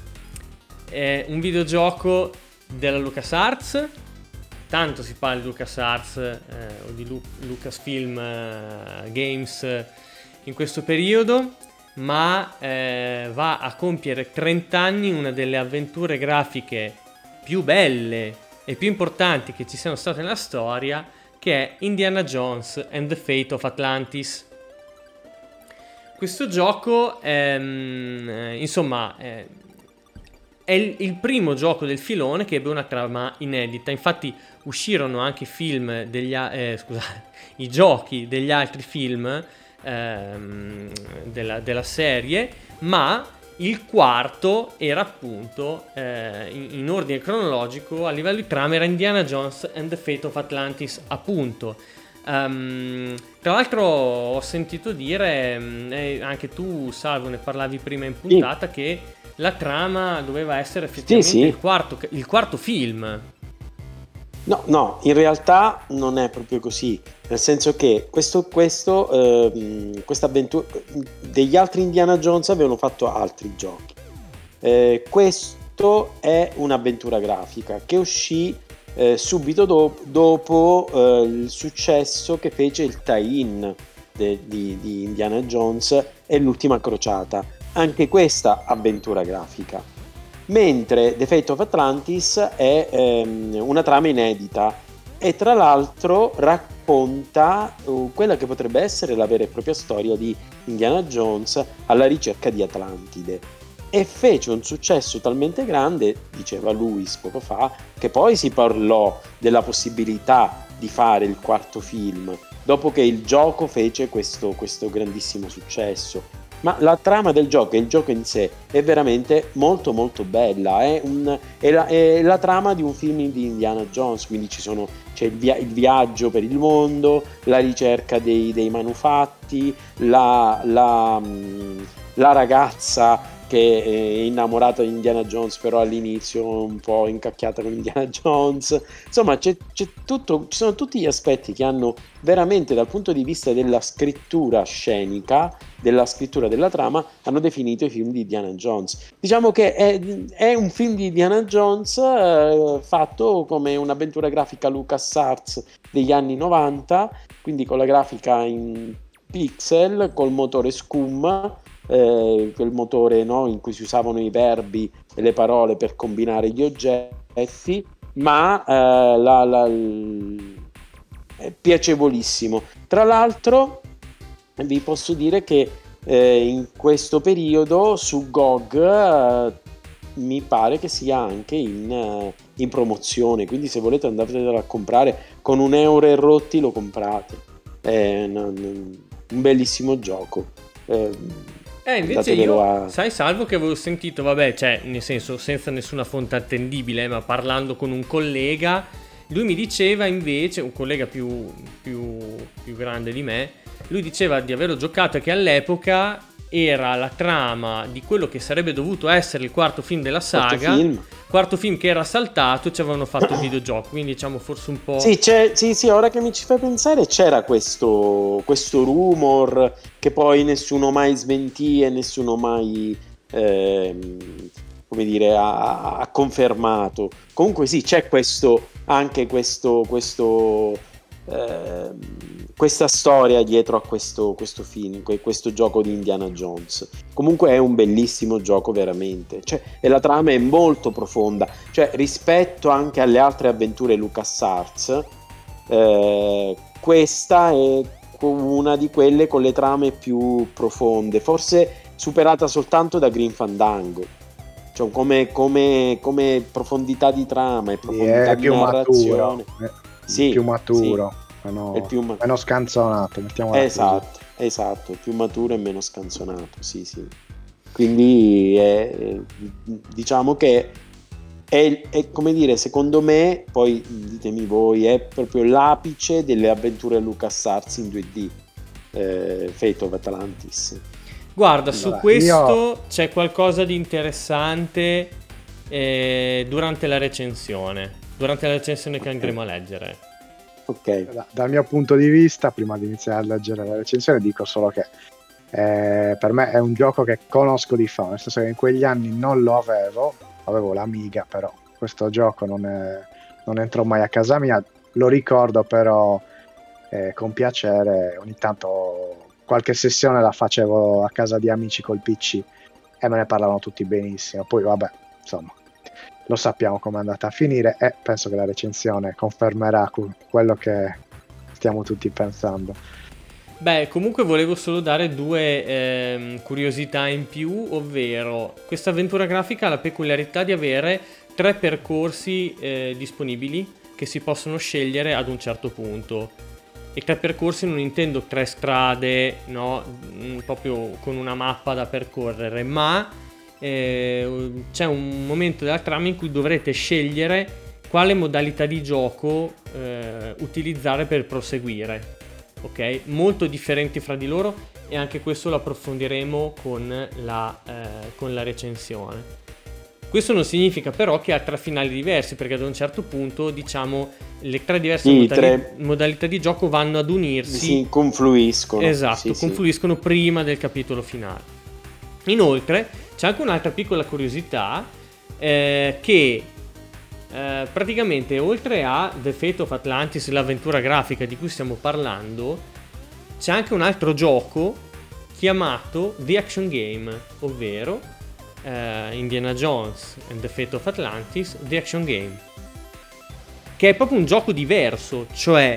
è un videogioco della LucasArts, tanto si parla di LucasArts eh, o di Lu- Lucasfilm eh, Games eh, in questo periodo. Ma eh, va a compiere trenta anni una delle avventure grafiche più belle e più importanti che ci siano state nella storia, che è Indiana Jones and the Fate of Atlantis. Questo gioco ehm, insomma eh, è il, il primo gioco del filone che ebbe una trama inedita. Infatti uscirono anche i film degli eh, scusate, i giochi degli altri film Della, della serie, ma il quarto era appunto eh, in, in ordine cronologico a livello di trama, era Indiana Jones and the Fate of Atlantis, appunto. Um, tra l'altro ho sentito dire, eh, anche tu Salvo ne parlavi prima in puntata, sì, che la trama doveva essere effettivamente sì, sì. Il, quarto, il quarto film. No, no, in realtà non è proprio così, nel senso che questo, questo eh, questa avventura degli altri Indiana Jones avevano fatto altri giochi. Eh, questo è un'avventura grafica che uscì eh, subito do- dopo eh, il successo che fece il tie-in de- di, di Indiana Jones e l'ultima crociata. Anche questa avventura grafica. Mentre The Fate of Atlantis è ehm, una trama inedita e tra l'altro racconta uh, quella che potrebbe essere la vera e propria storia di Indiana Jones alla ricerca di Atlantide, e fece un successo talmente grande, diceva Luis poco fa, che poi si parlò della possibilità di fare il quarto film dopo che il gioco fece questo, questo grandissimo successo. Ma la trama del gioco e il gioco in sé è veramente molto molto bella, è, un, è, la, è la trama di un film di Indiana Jones, quindi ci sono, c'è il, via, il viaggio per il mondo, la ricerca dei, dei manufatti, la, la, la ragazza che è innamorata di Indiana Jones però all'inizio un po' incacchiata con Indiana Jones, insomma c'è, c'è tutto, ci sono tutti gli aspetti che hanno veramente, dal punto di vista della scrittura scenica, della scrittura della trama, hanno definito i film di Indiana Jones. Diciamo che è, è un film di Indiana Jones eh, fatto come un'avventura grafica LucasArts degli anni novanta, quindi con la grafica in pixel, col motore Scum, eh, quel motore, no, in cui si usavano i verbi e le parole per combinare gli oggetti, ma eh, la, la, l... è piacevolissimo. Tra l'altro vi posso dire che eh, in questo periodo su G O G eh, mi pare che sia anche in, uh, in promozione, quindi se volete andatelo a comprare con un euro e rotti lo comprate, è un, un bellissimo gioco. Eh, eh invece io a... sai Salvo che avevo sentito, vabbè, cioè nel senso senza nessuna fonte attendibile, ma parlando con un collega, lui mi diceva invece, un collega più, più, più grande di me, lui diceva di averlo giocato e che all'epoca era la trama di quello che sarebbe dovuto essere il quarto film della saga, film. quarto film che era saltato ci avevano fatto il videogioco, quindi diciamo forse un po'... Sì, c'è, sì, sì, ora che mi ci fai pensare c'era questo, questo rumor che poi nessuno mai smentì e nessuno mai, ehm, come dire, ha, ha confermato. Comunque sì, c'è questo, anche questo, questo ehm, questa storia dietro a questo, questo film, questo gioco di Indiana Jones. Comunque è un bellissimo gioco veramente, cioè, e la trama è molto profonda, cioè rispetto anche alle altre avventure LucasArts, eh, questa è una di quelle con le trame più profonde, forse superata soltanto da Grim Fandango, cioè come, come, come profondità di trama e profondità è di più narrazione. maturo, è Sì, più maturo, sì. Meno, È più ma- meno scanzonato, mettiamola esatto, così. esatto, è più maturo e meno scanzonato, sì, sì. Quindi è, diciamo che è, è come dire, secondo me, poi ditemi voi, è proprio l'apice delle avventure LucasArts in due D, eh, Fate of Atlantis. Guarda, su Allora, questo io- c'è qualcosa di interessante eh, durante la recensione, durante la recensione che Ok. andremo a leggere. Ok, Da- dal mio punto di vista, prima di iniziare a leggere la recensione, dico solo che eh, per me è un gioco che conosco di fama, nel senso che in quegli anni non lo avevo, avevo l'Amiga, però questo gioco non, è- non entrò mai a casa mia, lo ricordo però eh, con piacere, ogni tanto qualche sessione la facevo a casa di amici col P C e me ne parlavano tutti benissimo, poi vabbè, insomma, lo sappiamo come è andata a finire e penso che la recensione confermerà cu- quello che stiamo tutti pensando. Beh, comunque volevo solo dare due ehm, curiosità in più, ovvero questa avventura grafica ha la peculiarità di avere tre percorsi eh, disponibili che si possono scegliere ad un certo punto. E tre percorsi non intendo tre strade, no, mm, proprio con una mappa da percorrere, ma eh, c'è un momento della trama in cui dovrete scegliere quale modalità di gioco eh, utilizzare per proseguire. Ok? Molto differenti fra di loro e anche questo lo approfondiremo con la, eh, con la recensione. Questo non significa però che ha tre finali diversi, perché ad un certo punto, diciamo, le tre diverse Sì, modali- tre- modalità di gioco vanno ad unirsi. si confluiscono. Esatto, Sì, sì. confluiscono prima del capitolo finale. Inoltre c'è anche un'altra piccola curiosità eh, che eh, praticamente oltre a The Fate of Atlantis, l'avventura grafica di cui stiamo parlando, c'è anche un altro gioco chiamato The Action Game, ovvero eh, Indiana Jones and The Fate of Atlantis, The Action Game, che è proprio un gioco diverso, cioè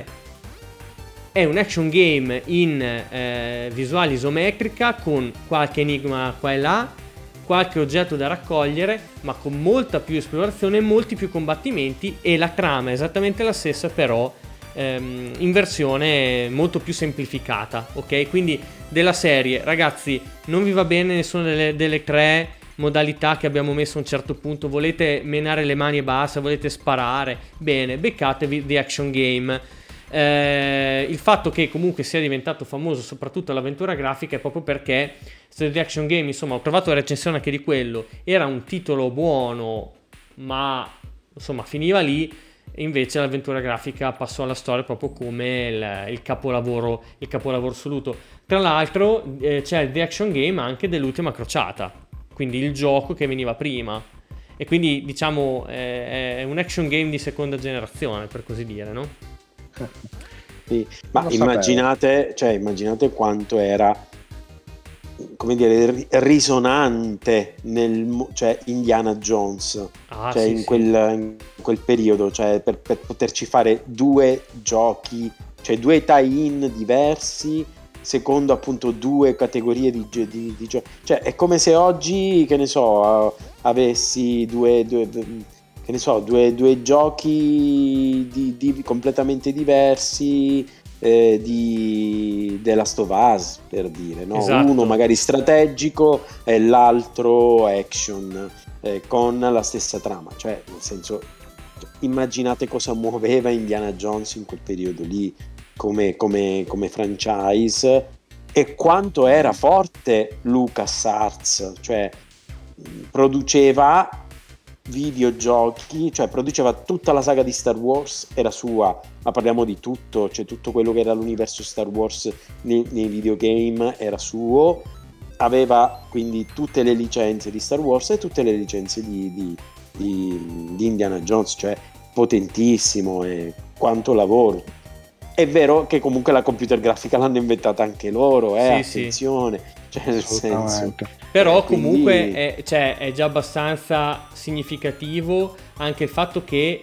è un action game in eh, visuale isometrica con qualche enigma qua e là, qualche oggetto da raccogliere, ma con molta più esplorazione e molti più combattimenti, e la trama è esattamente la stessa, però ehm, in versione molto più semplificata, ok? Quindi della serie, ragazzi, non vi va bene nessuna delle, delle tre modalità che abbiamo messo a un certo punto, volete menare le mani e basta, volete sparare, bene, beccatevi The Action Game. Eh, il fatto che comunque sia diventato famoso soprattutto l'avventura grafica è proprio perché The Action Game, insomma, ho trovato la recensione anche di quello, era un titolo buono ma insomma finiva lì, e invece l'avventura grafica passò alla storia proprio come il, il capolavoro il capolavoro assoluto. Tra l'altro eh, c'è il The Action Game anche dell'Ultima Crociata, quindi il gioco che veniva prima, e quindi diciamo eh, è un action game di seconda generazione, per così dire, no? Sì, ma Non lo sapevo. immaginate, cioè, immaginate quanto era, come dire, ri- risonante nel, mo- cioè Indiana Jones, Ah, cioè sì, in, sì. quel, in quel periodo, cioè per, per poterci fare due giochi, cioè due tie-in diversi, secondo appunto due categorie di, gio- di, di giochi. Cioè è come se oggi, che ne so, eh, avessi due, due, due- che ne so, due, due giochi di, di- completamente diversi, eh, di The Last of Us, per dire, no? Esatto. Uno magari strategico e l'altro action, eh, con la stessa trama, cioè nel senso, immaginate cosa muoveva Indiana Jones in quel periodo lì come, come, come franchise, e quanto era forte LucasArts, cioè produceva videogiochi, cioè produceva tutta la saga di Star Wars, era sua, ma parliamo di tutto, cioè tutto quello che era l'universo Star Wars nei, nei videogame era suo, aveva quindi tutte le licenze di Star Wars e tutte le licenze di, di, di, di Indiana Jones, cioè potentissimo, e quanto lavoro. È vero che comunque la computer grafica l'hanno inventata anche loro, eh, Sì, attenzione, cioè nel senso... Però Eh, quindi- comunque è, cioè, è già abbastanza significativo anche il fatto che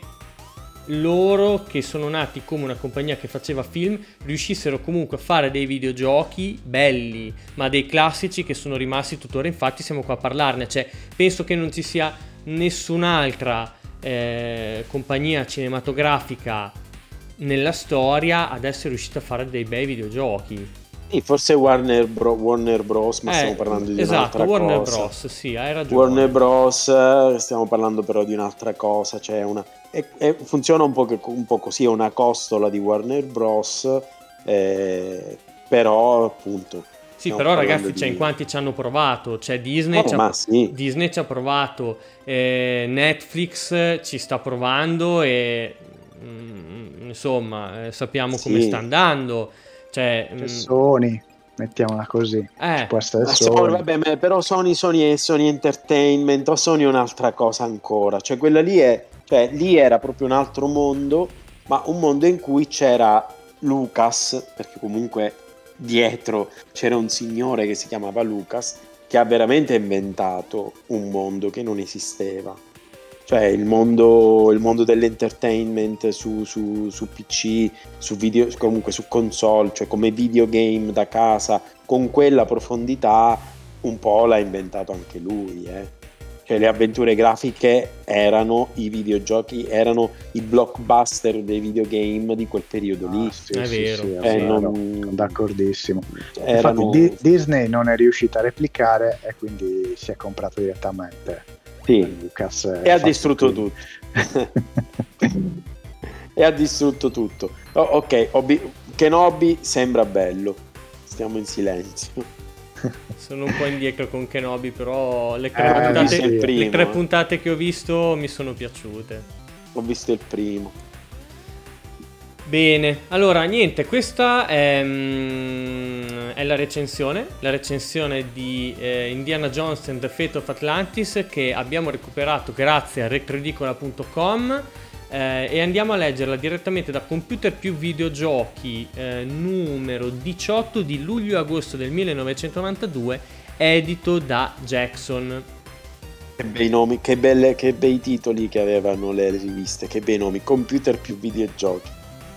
loro, che sono nati come una compagnia che faceva film, riuscissero comunque a fare dei videogiochi belli, ma dei classici che sono rimasti tuttora. Infatti siamo qua a parlarne, cioè penso che non ci sia nessun'altra eh, compagnia cinematografica nella storia ad essere riuscita a fare dei bei videogiochi. Sì, forse Warner, Bro- Warner Bros, ma Eh, stiamo parlando di esatto, un'altra Warner cosa. Bros, sì, hai ragione. Warner Bros, eh, stiamo parlando però di un'altra cosa, cioè una, e, e funziona un po', che, un po' così, è una costola di Warner Bros, eh, però appunto... Sì, stiamo però parlando ragazzi, di- cioè, in quanti ci hanno provato, cioè Disney, Eh, ci, ma ha, sì. Disney ci ha provato, eh, Netflix ci sta provando e mm, insomma eh, sappiamo come Sì. sta andando, cioè C'è mm, Sony, mettiamola così. Eh. Ci può essere Ma Sony. Sony, vabbè, ma però Sony, Sony è Sony Entertainment, o Sony è un'altra cosa ancora, cioè quella lì è, cioè lì era proprio un altro mondo, ma un mondo in cui c'era Lucas, perché comunque dietro c'era un signore che si chiamava Lucas, che ha veramente inventato un mondo che non esisteva. Cioè il mondo, il mondo dell'entertainment su, su, su P C, su video, comunque su console, cioè come videogame da casa, con quella profondità un po' l'ha inventato anche lui, eh. Cioè le avventure grafiche erano i videogiochi, erano i blockbuster dei videogame di quel periodo lì. Ah, sì, È sì, vero. sì, è Eh, vero. non- D'accordissimo. Erano... Infatti Di- Disney non è riuscita a replicare e quindi si è comprato direttamente Sì. Lucas E ha distrutto tutto. e ha distrutto tutto. Oh, ok, Obi- Kenobi sembra bello. Stiamo in silenzio. sono un po' indietro con Kenobi, però le tre, Eh, puntate, sì. le Primo, tre eh. puntate che ho visto mi sono piaciute. Ho visto il primo. Bene, allora niente, questa è, mm, è la recensione, la recensione di eh, Indiana Jones and the Fate of Atlantis, che abbiamo recuperato grazie a retroedicola punto com, eh, e andiamo a leggerla direttamente da Computer più Videogiochi, eh, numero diciotto di luglio-agosto del millenovecentonovantadue, edito da Jackson. Che bei nomi, che, belle, che bei titoli che avevano le riviste, che bei nomi. Computer più videogiochi.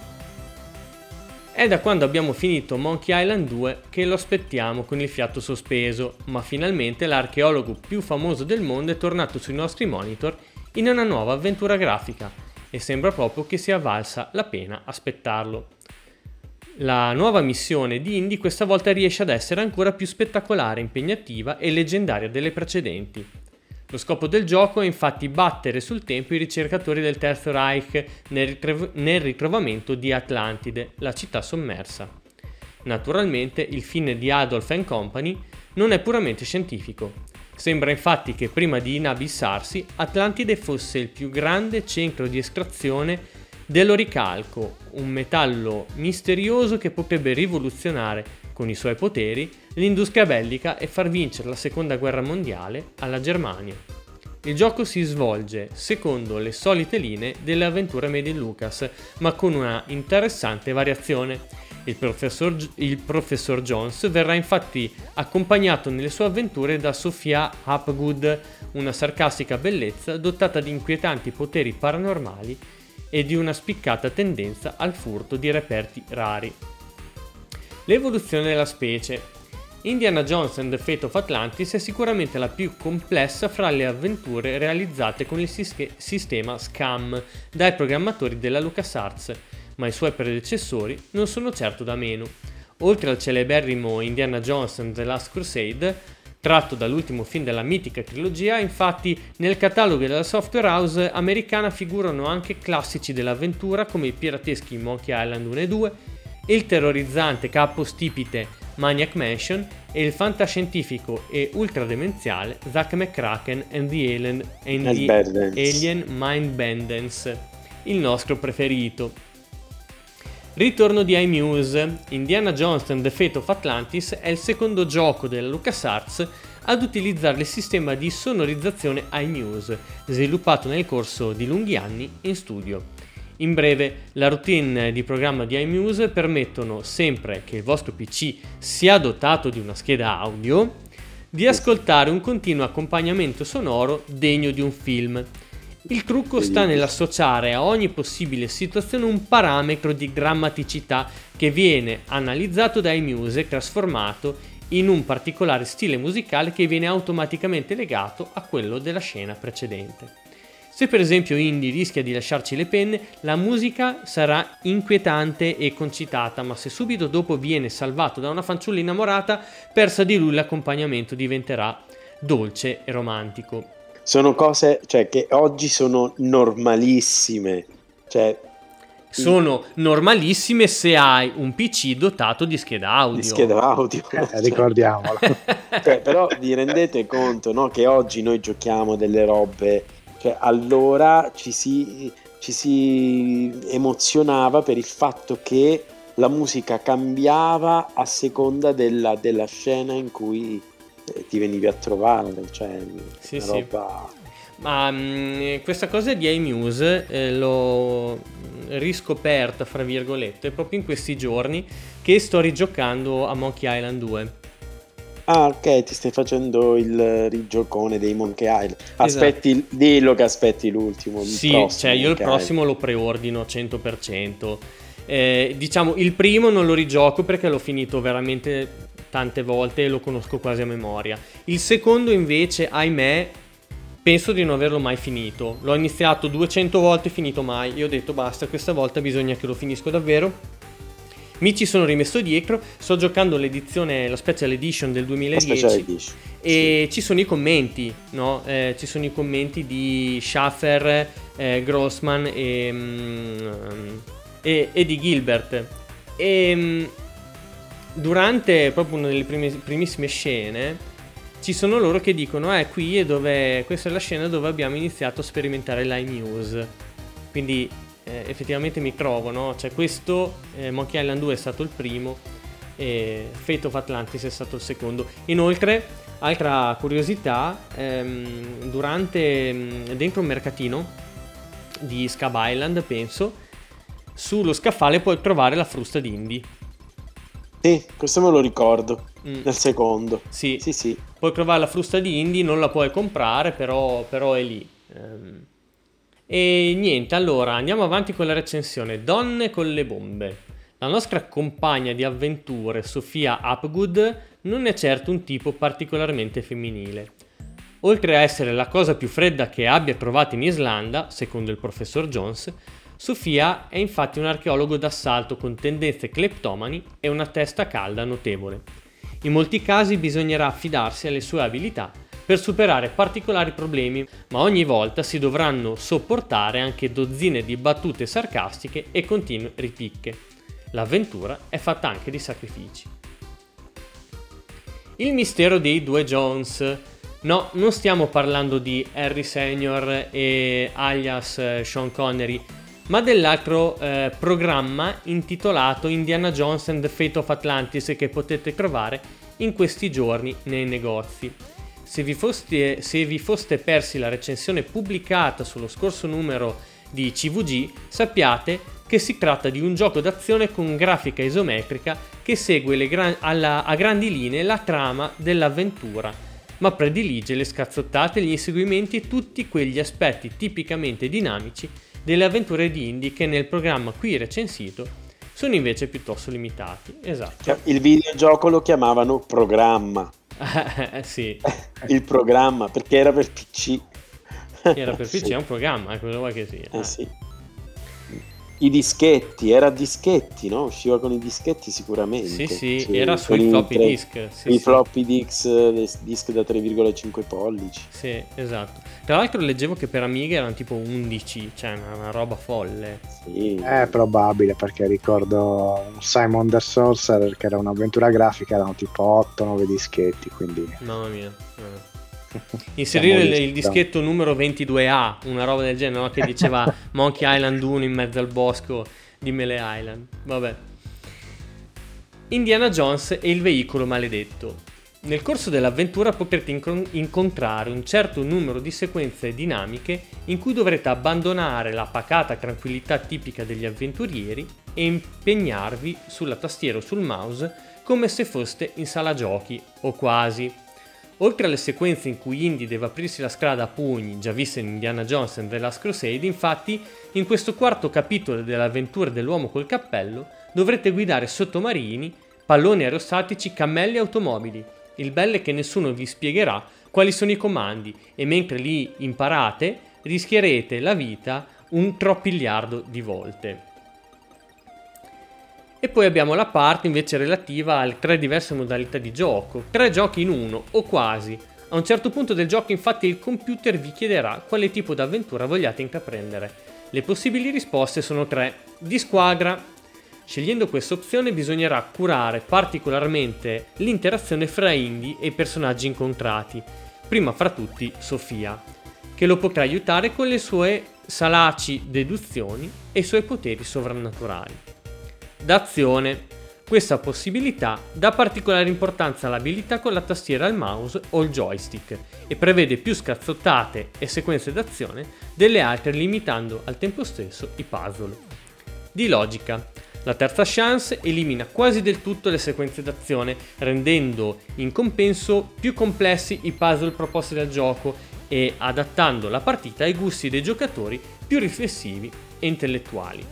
È da quando abbiamo finito Monkey Island due che lo aspettiamo con il fiato sospeso, ma finalmente l'archeologo più famoso del mondo è tornato sui nostri monitor in una nuova avventura grafica e sembra proprio che sia valsa la pena aspettarlo. La nuova missione di Indy questa volta riesce ad essere ancora più spettacolare, impegnativa e leggendaria delle precedenti. Lo scopo del gioco è infatti battere sul tempo i ricercatori del Terzo Reich nel, ritrov- nel ritrovamento di Atlantide, la città sommersa. Naturalmente il fine di Adolf and Company non è puramente scientifico. Sembra infatti che prima di inabissarsi Atlantide fosse il più grande centro di estrazione dell'oricalco, un metallo misterioso che potrebbe rivoluzionare con i suoi poteri l'industria bellica e far vincere la seconda guerra mondiale alla Germania. Il gioco si svolge secondo le solite linee delle avventure made in Lucas, ma con una interessante variazione. Il professor, il professor Jones verrà infatti accompagnato nelle sue avventure da Sophia Hapgood, una sarcastica bellezza dotata di inquietanti poteri paranormali e di una spiccata tendenza al furto di reperti rari. L'evoluzione della specie. Indiana Jones and the Fate of Atlantis è sicuramente la più complessa fra le avventure realizzate con il sis- sistema SCAM dai programmatori della LucasArts, ma i suoi predecessori non sono certo da meno. Oltre al celeberrimo Indiana Jones and the Last Crusade, tratto dall'ultimo film della mitica trilogia, infatti nel catalogo della software house americana figurano anche classici dell'avventura come i pirateschi Monkey Island uno e due, il terrorizzante capostipite Maniac Mansion e il fantascientifico e ultrademenziale Zack McCracken and the Alien, and the Alien Mind Bendance, il nostro preferito. Ritorno di iMuse. Indiana Jones and the Fate of Atlantis è il secondo gioco della LucasArts ad utilizzare il sistema di sonorizzazione iMuse, sviluppato nel corso di lunghi anni in studio. In breve, la routine di programma di iMuse permettono, sempre che il vostro P C sia dotato di una scheda audio, di ascoltare un continuo accompagnamento sonoro degno di un film. Il trucco sta nell'associare a ogni possibile situazione un parametro di drammaticità che viene analizzato da iMuse e trasformato in un particolare stile musicale che viene automaticamente legato a quello della scena precedente. Se per esempio Indy rischia di lasciarci le penne, la musica sarà inquietante e concitata, ma se subito dopo viene salvato da una fanciulla innamorata, persa di lui l'accompagnamento diventerà dolce e romantico. Sono cose, cioè, che oggi sono normalissime, cioè sono normalissime se hai un P C dotato di scheda audio. Di scheda audio, eh, cioè, ricordiamolo. Cioè, però vi rendete conto, no, che oggi noi giochiamo delle robe. Cioè, allora ci si, ci si emozionava per il fatto che la musica cambiava a seconda della, della scena in cui eh, ti venivi a trovare, cioè sì, una sì. roba... Ma mh, questa cosa di iMuse eh, l'ho riscoperta, fra virgolette, proprio in questi giorni che sto rigiocando a Monkey Island due. Ah, ok, ti stai facendo il rigiocone dei Monkey Island. Aspetti, esatto. Dillo che aspetti l'ultimo. Il sì, prossimo, cioè io il prossimo lo preordino cento per cento. Eh, diciamo, il primo non lo rigioco perché l'ho finito veramente tante volte e lo conosco quasi a memoria. Il secondo invece, ahimè, penso di non averlo mai finito. L'ho iniziato duecento volte e finito mai. Io ho detto basta, questa volta bisogna che lo finisco davvero. Mi ci sono rimesso dietro, sto giocando l'edizione, la Special Edition del duemiladieci edition, e sì. Ci sono i commenti, no? Eh, ci sono i commenti di Schaffer, eh, Grossman e, mm, e, e di Gilbert. E mm, durante proprio una delle prime, primissime scene ci sono loro che dicono eh qui è dove, questa è la scena dove abbiamo iniziato a sperimentare l'iMuse. Quindi Eh, effettivamente mi trovo, no? Cioè questo eh, Monkey Island due è stato il primo e Fate of Atlantis è stato il secondo. Inoltre, altra curiosità, ehm, durante dentro un mercatino di Scab Island, penso, sullo scaffale puoi trovare la frusta di Indy. Sì, questo me lo ricordo, mm. nel secondo. Sì, sì, sì. Puoi trovare la frusta di Indy, non la puoi comprare, però, però è lì. Ehm, E niente, allora andiamo avanti con la recensione. Donne con le bombe. La nostra compagna di avventure, Sofia Hapgood, non è certo un tipo particolarmente femminile. Oltre a essere la cosa più fredda che abbia trovato in Islanda, secondo il professor Jones, Sofia è infatti un archeologo d'assalto con tendenze cleptomani e una testa calda notevole. In molti casi bisognerà affidarsi alle sue abilità per superare particolari problemi, ma ogni volta si dovranno sopportare anche dozzine di battute sarcastiche e continue ripicche. L'avventura è fatta anche di sacrifici. Il mistero dei due Jones. No, non stiamo parlando di Harry Senior e alias Sean Connery, ma dell'altro eh, programma intitolato Indiana Jones and the Fate of Atlantis che potete trovare in questi giorni nei negozi. Se vi, foste, se vi foste persi la recensione pubblicata sullo scorso numero di C V G, sappiate che si tratta di un gioco d'azione con grafica isometrica che segue le gran- alla, a grandi linee la trama dell'avventura, ma predilige le scazzottate, gli inseguimenti e tutti quegli aspetti tipicamente dinamici delle avventure di Indy che nel programma qui recensito sono invece piuttosto limitati. Esatto. Il videogioco lo chiamavano programma. Eh, sì. Il programma, perché era per P C. Era per P C, Sì. È un programma, eh, cosa vuoi che sia. Eh, sì. i dischetti, era a dischetti, no? Usciva con i dischetti sicuramente. Sì, sì, sì, era sui i floppy tre, disk. Sì, I sì. floppy disk, disc da tre virgola cinque pollici. Sì, esatto. Tra l'altro leggevo che per Amiga erano tipo undici, cioè una, una roba folle. Sì. È probabile, perché ricordo un Simon the Sorcerer che era un'avventura grafica, erano tipo otto nove dischetti, quindi Mamma mia. Eh. Inserire il, il dischetto numero ventidue A, una roba del genere, no? Che diceva Monkey Island uno in mezzo al bosco di Melee Island. Vabbè. Indiana Jones e il veicolo maledetto. Nel corso dell'avventura potrete inc- incontrare un certo numero di sequenze dinamiche in cui dovrete abbandonare la pacata tranquillità tipica degli avventurieri e impegnarvi sulla tastiera o sul mouse come se foste in sala giochi, o quasi. Oltre alle sequenze in cui Indy deve aprirsi la strada a pugni, già viste in Indiana Jones and the Last Crusade, infatti, in questo quarto capitolo dell'avventura dell'uomo col cappello, dovrete guidare sottomarini, palloni aerostatici, cammelli e automobili. Il bello è che nessuno vi spiegherà quali sono i comandi e mentre li imparate rischierete la vita un troppigliardo di volte. E poi abbiamo la parte invece relativa alle tre diverse modalità di gioco, tre giochi in uno o quasi. A un certo punto del gioco infatti il computer vi chiederà quale tipo di avventura vogliate intraprendere. Le possibili risposte sono tre: di squadra. Scegliendo questa opzione bisognerà curare particolarmente l'interazione fra Indy e i personaggi incontrati, prima fra tutti Sofia, che lo potrà aiutare con le sue salaci deduzioni e i suoi poteri sovrannaturali. D'azione. Questa possibilità dà particolare importanza all'abilità con la tastiera al mouse o il joystick e prevede più scazzottate e sequenze d'azione delle altre, limitando al tempo stesso i puzzle. Di logica. La terza chance elimina quasi del tutto le sequenze d'azione, rendendo in compenso più complessi i puzzle proposti dal gioco e adattando la partita ai gusti dei giocatori più riflessivi e intellettuali.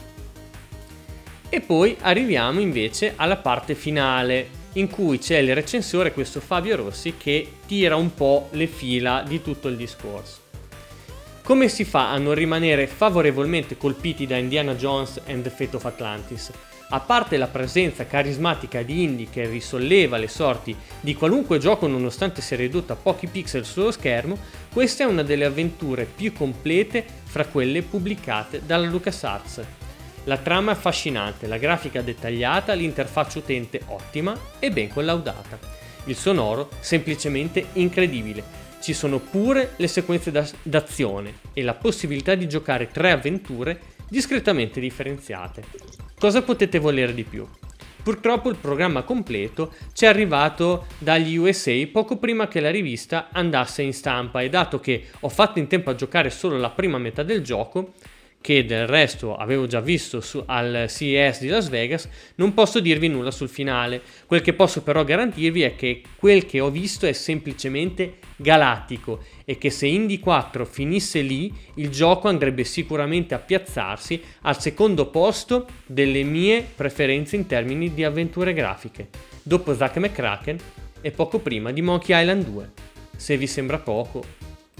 E poi arriviamo invece alla parte finale, in cui c'è il recensore, questo Fabio Rossi, che tira un po' le fila di tutto il discorso. Come si fa a non rimanere favorevolmente colpiti da Indiana Jones and the Fate of Atlantis? A parte la presenza carismatica di Indy che risolleva le sorti di qualunque gioco nonostante sia ridotto a pochi pixel sullo schermo, questa è una delle avventure più complete fra quelle pubblicate dalla LucasArts. La trama è affascinante, la grafica dettagliata, l'interfaccia utente ottima e ben collaudata. Il sonoro semplicemente incredibile. Ci sono pure le sequenze d'azione e la possibilità di giocare tre avventure discretamente differenziate. Cosa potete volere di più? Purtroppo il programma completo ci è arrivato dagli U S A poco prima che la rivista andasse in stampa e dato che ho fatto in tempo a giocare solo la prima metà del gioco, che del resto avevo già visto su, al C E S di Las Vegas, non posso dirvi nulla sul finale. Quel che posso però garantirvi è che quel che ho visto è semplicemente galattico e che se Indy quattro finisse lì, il gioco andrebbe sicuramente a piazzarsi al secondo posto delle mie preferenze in termini di avventure grafiche, dopo Zack McCracken e poco prima di Monkey Island due. Se vi sembra poco.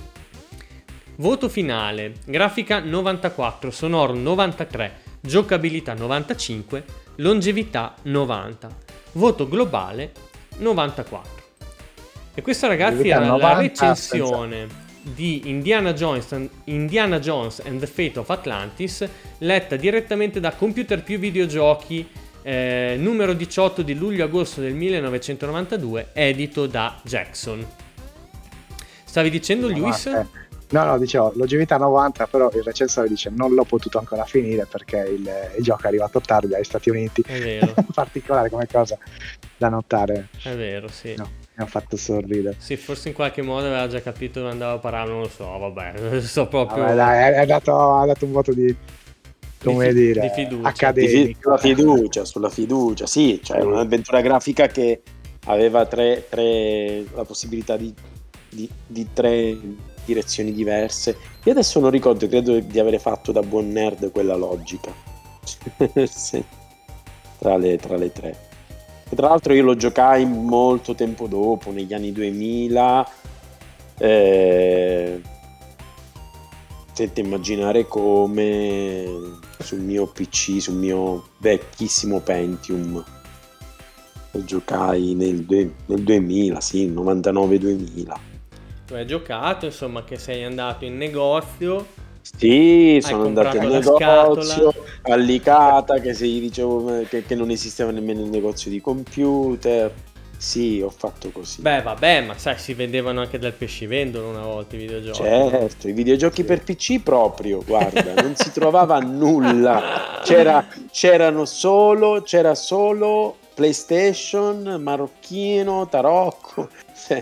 Voto finale: grafica novantaquattro, sonoro novantatré, giocabilità novantacinque, longevità novanta. Voto globale novantaquattro. E questa, ragazzi, era la recensione di Indiana Jones, Indiana Jones and the Fate of Atlantis, letta direttamente da Computer Più Videogiochi, eh, numero diciotto di luglio-agosto del millenovecentonovantadue, edito da Jackson. Stavi dicendo, Luis? No, no, dicevo, longevità novanta, però il recensore dice non l'ho potuto ancora finire perché il, il gioco è arrivato tardi dagli Stati Uniti. È vero. Particolare come cosa da notare. È vero, sì. No, mi ha fatto sorridere. Sì, forse in qualche modo aveva già capito dove andava a parare, non lo so, vabbè, so proprio... Vabbè, dai, ha dato, ha dato un voto di, come di, dire, di fiducia. accademico. Sulla fiducia, sulla fiducia, sì, cioè un'avventura grafica che aveva tre, tre la possibilità di, di, di tre direzioni diverse. Io adesso non ricordo, credo di avere fatto da buon nerd quella logica sì. tra, le, tra le tre. E tra l'altro io lo giocai molto tempo dopo, negli anni duemila, eh, potete immaginare come sul mio P C, sul mio vecchissimo Pentium, lo giocai nel, due, nel duemila, sì, novantanove duemila. Tu hai giocato, insomma, che sei andato in negozio. Sì, sono andato in negozio scatola. all'Icata, che se gli dicevo che, che non esisteva nemmeno il negozio di computer. Sì, ho fatto così. Beh, vabbè, ma sai, si vendevano anche dal pescivendolo una volta i videogiochi. Certo, i videogiochi sì. Per P C proprio, guarda, non si trovava nulla. C'era, c'erano solo, c'era solo PlayStation, marocchino, tarocco,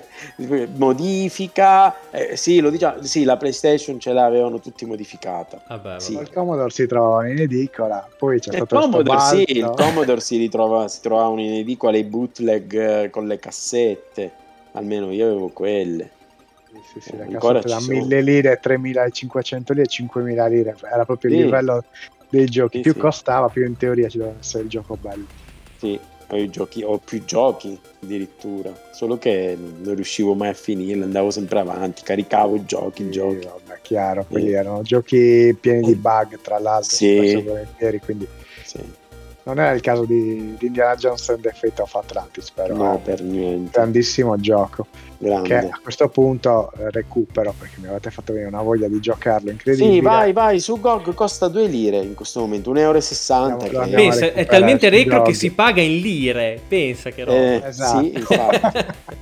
modifica. Eh, sì, lo diciamo, sì, la PlayStation ce l'avevano tutti modificata. Vabbè, sì. vabbè. Il Commodore si trovava in edicola, poi c'è il stato Commodore, sì, balzo. il Commodore si ritrova, si trovavano in edicola i bootleg eh, con le cassette, almeno io avevo quelle. Sì, sì, eh, le ancora cassette da ci mille lire, tremilacinquecento lire, cinquemila lire, era proprio sì. il livello dei giochi, sì, più sì. costava, più in teoria ci doveva essere il gioco bello. Sì, ho, i giochi, ho più giochi addirittura, solo che non riuscivo mai a finire, andavo sempre avanti, caricavo i giochi, sì, i giochi. Vabbè, chiaro, quelli eh. erano giochi pieni di bug, tra l'altro, sì. spesso volentieri, quindi sì. non era il caso di, di Indiana Jones and the Fate of Atlantis, però no, eh, per niente. Grandissimo gioco. Grande. Che a questo punto eh, recupero, perché mi avete fatto venire una voglia di giocarlo incredibile. Sì, vai, vai, su G O G costa due lire in questo momento, un euro e sessanta. Andiamo, che... Pensa, è talmente retro che si paga in lire, pensa che roba. Eh, esatto. Sì, infatti.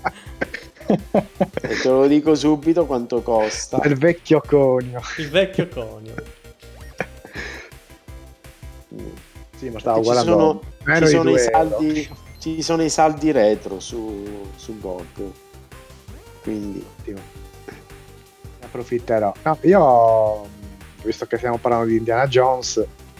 E te lo dico subito quanto costa. Il vecchio conio. Il vecchio conio. Sì, ma stavo ci guardando. Sono, ci, sono i saldi, euro. ci sono i saldi retro su, su G O G. Quindi ne approfitterò. No, io, visto che stiamo parlando di Indiana Jones,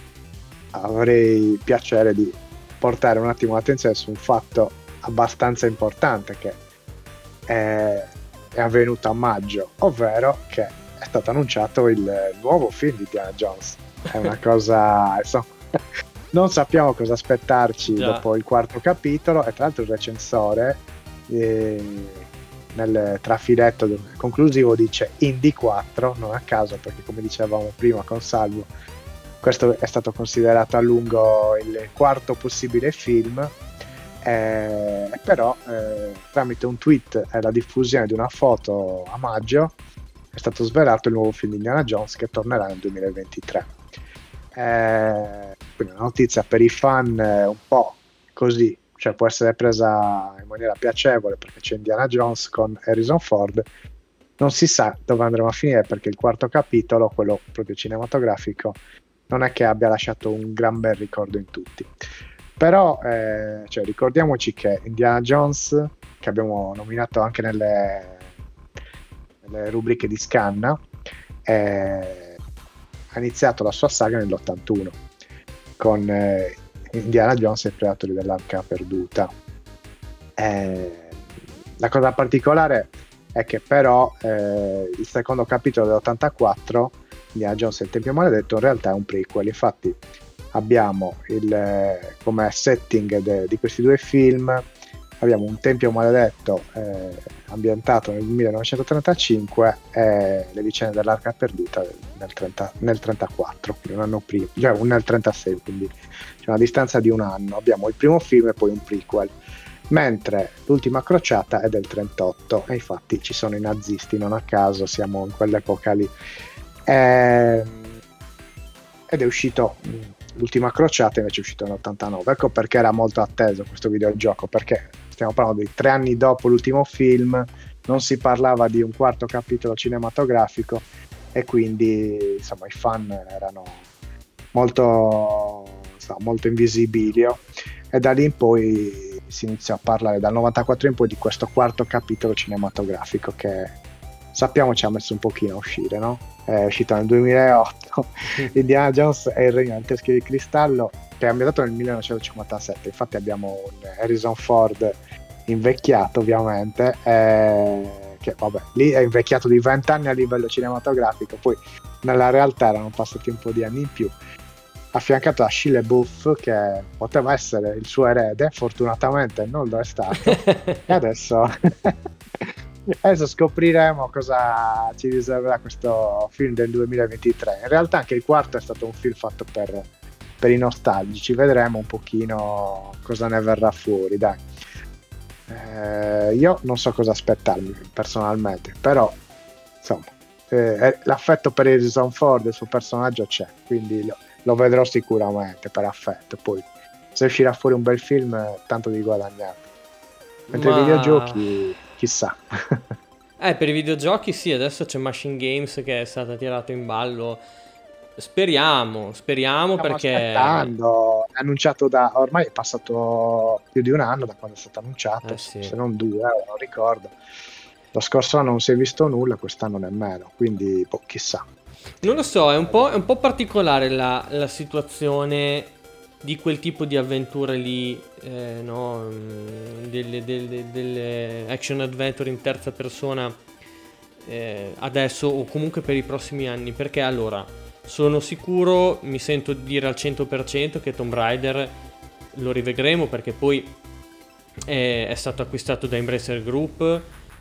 avrei piacere di portare un attimo l'attenzione su un fatto abbastanza importante che è, è avvenuto a maggio, ovvero che è stato annunciato il nuovo film di Indiana Jones. È una cosa, insomma, non sappiamo cosa aspettarci Già. dopo il quarto capitolo, e tra l'altro il recensore eh, nel trafiletto conclusivo dice Indy quattro, non a caso, perché come dicevamo prima con Salvo, questo è stato considerato a lungo il quarto possibile film, eh, però eh, tramite un tweet e la diffusione di una foto a maggio è stato svelato il nuovo film di Indiana Jones che tornerà nel duemilaventitré. Eh, quindi una notizia per i fan eh, un po' così, cioè può essere presa in maniera piacevole perché c'è Indiana Jones con Harrison Ford, non si sa dove andremo a finire perché il quarto capitolo, quello proprio cinematografico, non è che abbia lasciato un gran bel ricordo in tutti, però eh, cioè, ricordiamoci che Indiana Jones, che abbiamo nominato anche nelle, nelle rubriche di Scanna, eh, ha iniziato la sua saga nell'ottantuno con eh, Indiana Jones e i Predatori dell'Arca Perduta. Eh, la cosa particolare è che però eh, il secondo capitolo dell'ottantaquattro, Indiana Jones e il Tempio Maledetto, in realtà è un prequel. Infatti abbiamo il, eh, come setting de, di questi due film abbiamo un Tempio Maledetto eh, ambientato nel millenovecentotrentacinque e le vicende dell'Arca Perduta nel, trenta, nel trentaquattro, quindi un anno prima, cioè nel trentasei, quindi c'è una distanza di un anno. Abbiamo il primo film e poi un prequel, mentre l'ultima crociata è del trentotto e infatti ci sono i nazisti, non a caso siamo in quell'epoca lì. E, ed è uscito, l'ultima crociata invece è uscito nell'ottantanove. Ecco perché era molto atteso questo videogioco, perché stiamo parlando di tre anni dopo l'ultimo film, non si parlava di un quarto capitolo cinematografico e quindi insomma i fan erano molto, insomma, molto invisibili, e da lì in poi si iniziò a parlare, dal novantaquattro in poi, di questo quarto capitolo cinematografico che sappiamo ci ha messo un pochino a uscire, no? È uscito nel duemilaotto Indiana Jones e il Regno del Teschio di Cristallo, che è ambientato nel millenovecentocinquantasette. Infatti abbiamo un Harrison Ford invecchiato, ovviamente, eh, che vabbè, lì è invecchiato di venti anni a livello cinematografico, poi nella realtà erano passati un po' di anni in più, affiancato a Shia LaBeouf, che poteva essere il suo erede, fortunatamente non lo è stato e adesso Adesso scopriremo cosa ci riserverà questo film del duemilaventitré. In realtà anche il quarto è stato un film fatto per, per i nostalgici, vedremo un pochino cosa ne verrà fuori, dai. Eh, io non so cosa aspettarmi personalmente, però insomma eh, l'affetto per Harrison Ford e il suo personaggio c'è, quindi lo, lo vedrò sicuramente per affetto. Poi se uscirà fuori un bel film, tanto di guadagnato. Mentre Ma... i videogiochi, chissà. Eh, per i videogiochi sì, adesso c'è Machine Games che è stata tirata in ballo. Speriamo, speriamo Stiamo perché... aspettando, è annunciato da, ormai è passato più di un anno da quando è stato annunciato, Eh sì. se non due, eh, non ricordo. Lo scorso anno non si è visto nulla, quest'anno nemmeno, quindi boh, chissà. Non lo so, è un po', è un po' particolare la, la situazione di quel tipo di avventure lì, eh, no? Mm, Delle, delle, delle action adventure in terza persona eh, adesso o comunque per i prossimi anni, perché allora sono sicuro, mi sento dire al cento per cento che Tomb Raider lo rivedremo, perché poi è, è stato acquistato da Embracer Group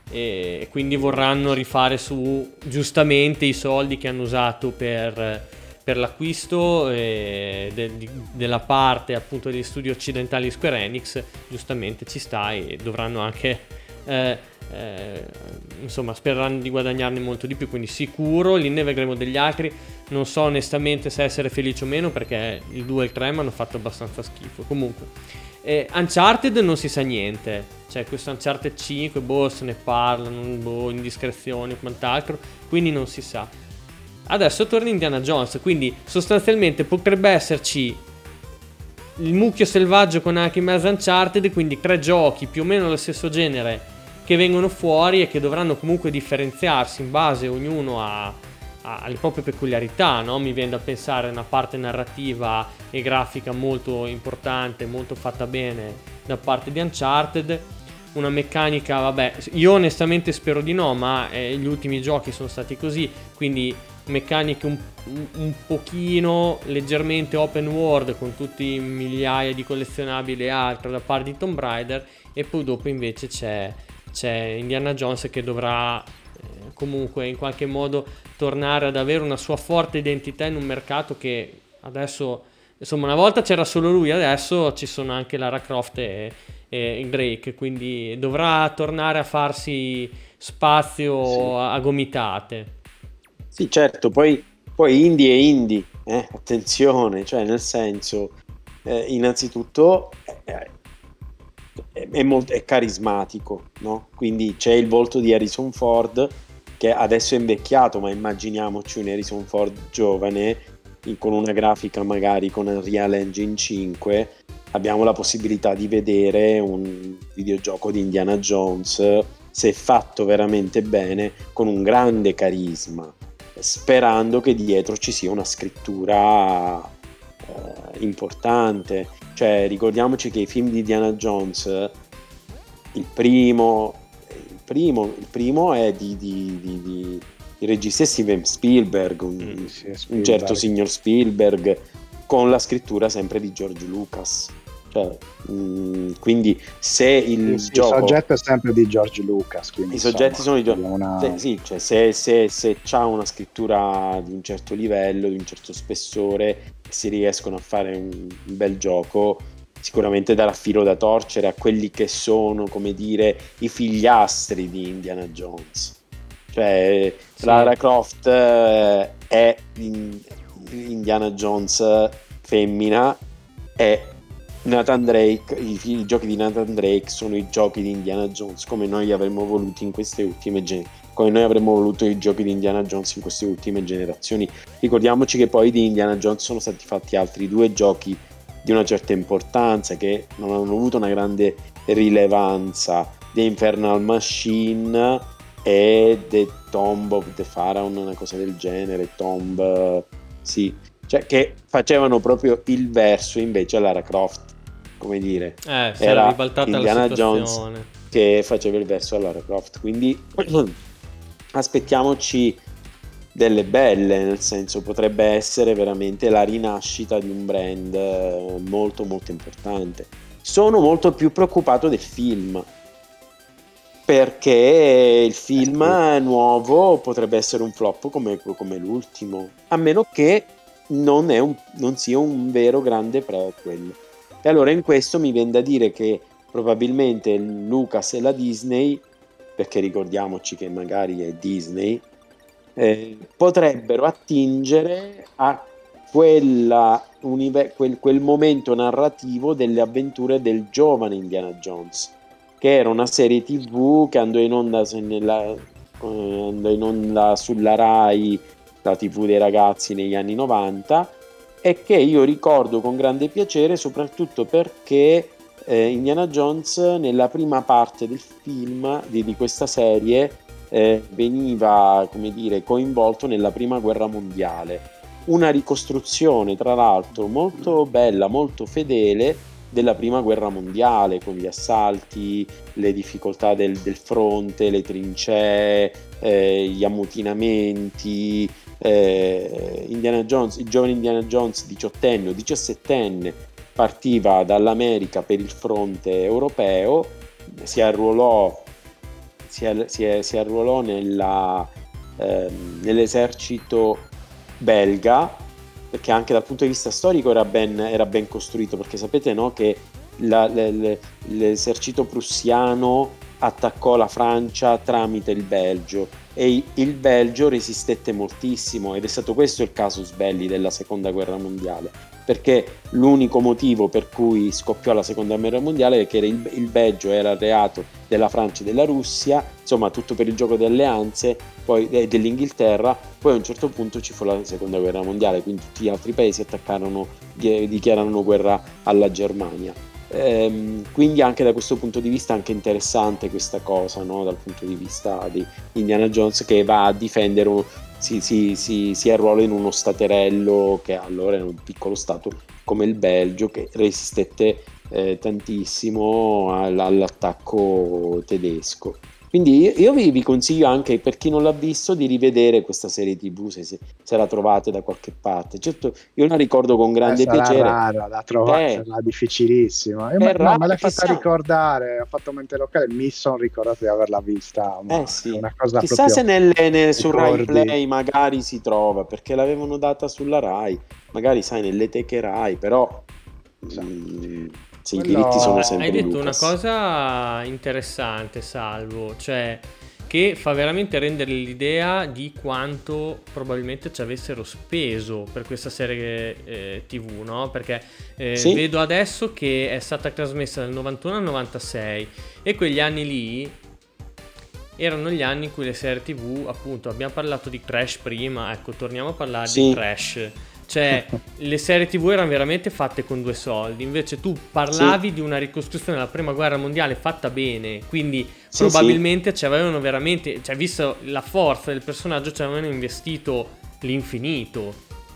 e quindi vorranno rifare su giustamente i soldi che hanno usato per, per l'acquisto eh, de, di, della parte appunto degli studi occidentali Square Enix. Giustamente ci sta, e dovranno anche eh, eh, insomma spereranno di guadagnarne molto di più, quindi sicuro lì ne vedremo degli altri. Non so onestamente se essere felice o meno, perché il due e il tre mi hanno fatto abbastanza schifo. Comunque eh, Uncharted non si sa niente, cioè questo Uncharted cinque, boh, se ne parlano, boh, indiscrezioni o quant'altro, quindi non si sa. Adesso torna Indiana Jones, quindi sostanzialmente potrebbe esserci il mucchio selvaggio con anche in mezzo Uncharted, quindi tre giochi più o meno dello stesso genere che vengono fuori e che dovranno comunque differenziarsi in base ognuno a, a, alle proprie peculiarità, no? Mi viene da pensare a una parte narrativa e grafica molto importante, molto fatta bene da parte di Uncharted, una meccanica, vabbè, io onestamente spero di no, ma eh, gli ultimi giochi sono stati così, quindi meccaniche un, un pochino leggermente open world con tutti migliaia di collezionabili e altro da parte di Tomb Raider, e poi dopo invece c'è, c'è Indiana Jones che dovrà eh, comunque in qualche modo tornare ad avere una sua forte identità in un mercato che adesso, insomma, una volta c'era solo lui, adesso ci sono anche Lara Croft e, e Drake, quindi dovrà tornare a farsi spazio Sì. a, a gomitate. Sì, certo, poi, poi indie e indie, eh, attenzione, cioè nel senso, eh, innanzitutto eh, è, è, molto, è carismatico, no? Quindi c'è il volto di Harrison Ford, che adesso è invecchiato, ma immaginiamoci un Harrison Ford giovane, in, con una grafica magari con Unreal Engine cinque, abbiamo la possibilità di vedere un videogioco di Indiana Jones, se fatto veramente bene, con un grande carisma, sperando che dietro ci sia una scrittura eh, importante. Cioè, ricordiamoci che i film di Indiana Jones, il primo il primo, il primo è di, di, di, di il regista è Steven Spielberg, un, Mm, sì, un Spielberg. certo signor Spielberg, con la scrittura sempre di George Lucas. Cioè, mh, quindi se il Sì, gioco, il soggetto è sempre di George Lucas, quindi i soggetti insomma, sono di abbiamo una... se, sì, cioè se, se, se c'ha una scrittura di un certo livello, di un certo spessore, si riescono a fare un, un bel gioco, sicuramente darà filo da torcere a quelli che sono, come dire, i figliastri di Indiana Jones. Cioè Sì. Lara Croft eh, è in, Indiana Jones femmina, e Nathan Drake, i, i giochi di Nathan Drake sono i giochi di Indiana Jones, come noi avremmo voluto in queste ultime gen- come noi avremmo voluto i giochi di Indiana Jones in queste ultime generazioni. Ricordiamoci che poi di Indiana Jones sono stati fatti altri due giochi di una certa importanza che non hanno avuto una grande rilevanza, The Infernal Machine e The Tomb of the Pharaoh, una cosa del genere, Tomb, sì, cioè che facevano proprio il verso invece a Lara Croft, come dire, Eh, si era era ribaltata Indiana la Jones situazione. che faceva il verso a Lara Croft, quindi aspettiamoci delle belle, nel senso potrebbe essere veramente la rinascita di un brand molto molto importante. Sono molto più preoccupato del film. perché il film nuovo potrebbe essere un flop come, come l'ultimo, a meno che non, è un, non sia un vero grande prequel. E allora in questo mi viene da dire che probabilmente Lucas e la Disney, perché ricordiamoci che magari è Disney, eh, potrebbero attingere a quella univer- quel, quel momento narrativo delle avventure del giovane Indiana Jones, che era una serie tv che andò in onda, se nella, eh, andò in onda sulla Rai, la tv dei ragazzi negli anni novanta, e che io ricordo con grande piacere, soprattutto perché eh, Indiana Jones nella prima parte del film di, di questa serie eh, veniva, come dire, coinvolto nella prima guerra mondiale, una ricostruzione tra l'altro molto bella, molto fedele della prima guerra mondiale, con gli assalti, le difficoltà del, del fronte, le trincee, eh, gli ammutinamenti. eh, Indiana Jones, il giovane Indiana Jones, diciottenne o diciassettenne, partiva dall'America per il fronte europeo, si arruolò si, ar- si, è- si arruolò nella, ehm, nell'esercito belga, perché anche dal punto di vista storico era ben, era ben costruito, perché sapete, no, che la- le- le- l'esercito prussiano attaccò la Francia tramite il Belgio, e i- il Belgio resistette moltissimo, ed è stato questo il casus belli della seconda guerra mondiale, perché l'unico motivo per cui scoppiò la seconda guerra mondiale è che era il, il Belgio era alleato della Francia e della Russia, insomma tutto per il gioco di alleanze, poi eh, dell'Inghilterra. Poi a un certo punto ci fu la seconda guerra mondiale, quindi tutti gli altri paesi attaccarono, di- dichiararono guerra alla Germania. Ehm, quindi anche da questo punto di vista è anche interessante questa cosa, no? Dal punto di vista di Indiana Jones, che va a difendere un- si, si, si, si arruola in uno staterello che allora era un piccolo stato come il Belgio, che resistette eh, tantissimo all- all'attacco tedesco. Quindi io, io vi, vi consiglio anche, per chi non l'ha visto, di rivedere questa serie tv, se, se, se la trovate da qualche parte. Certo, io la ricordo con Eh, grande sarà piacere. rara da trovare, Eh, sarà difficilissima. Io è me, no, me raro, l'hai fatta chissà. ricordare, ho fatto mente locale, mi sono ricordato di averla vista, ma Eh sì, è una cosa chissà proprio se nelle, nel- su Rai ricordi. Play magari si trova, perché l'avevano data sulla Rai, magari sai nelle teche Rai, però Sì. mm, sì, i Quello- diritti sono Hai sempre Hai detto Lucas. una cosa interessante, Salvo, cioè che fa veramente rendere l'idea di quanto probabilmente ci avessero speso per questa serie eh, tv, no? Perché eh, Sì. vedo adesso che è stata trasmessa dal novantuno al novantasei, e quegli anni lì erano gli anni in cui le serie tv, appunto, abbiamo parlato di trash prima, ecco, torniamo a parlare Sì. di trash. Cioè, le serie tv erano veramente fatte con due soldi. Invece tu parlavi di una ricostruzione della prima guerra mondiale fatta bene, quindi Sì, probabilmente ci avevano veramente, cioè, visto la forza del personaggio, ci avevano investito l'infinito.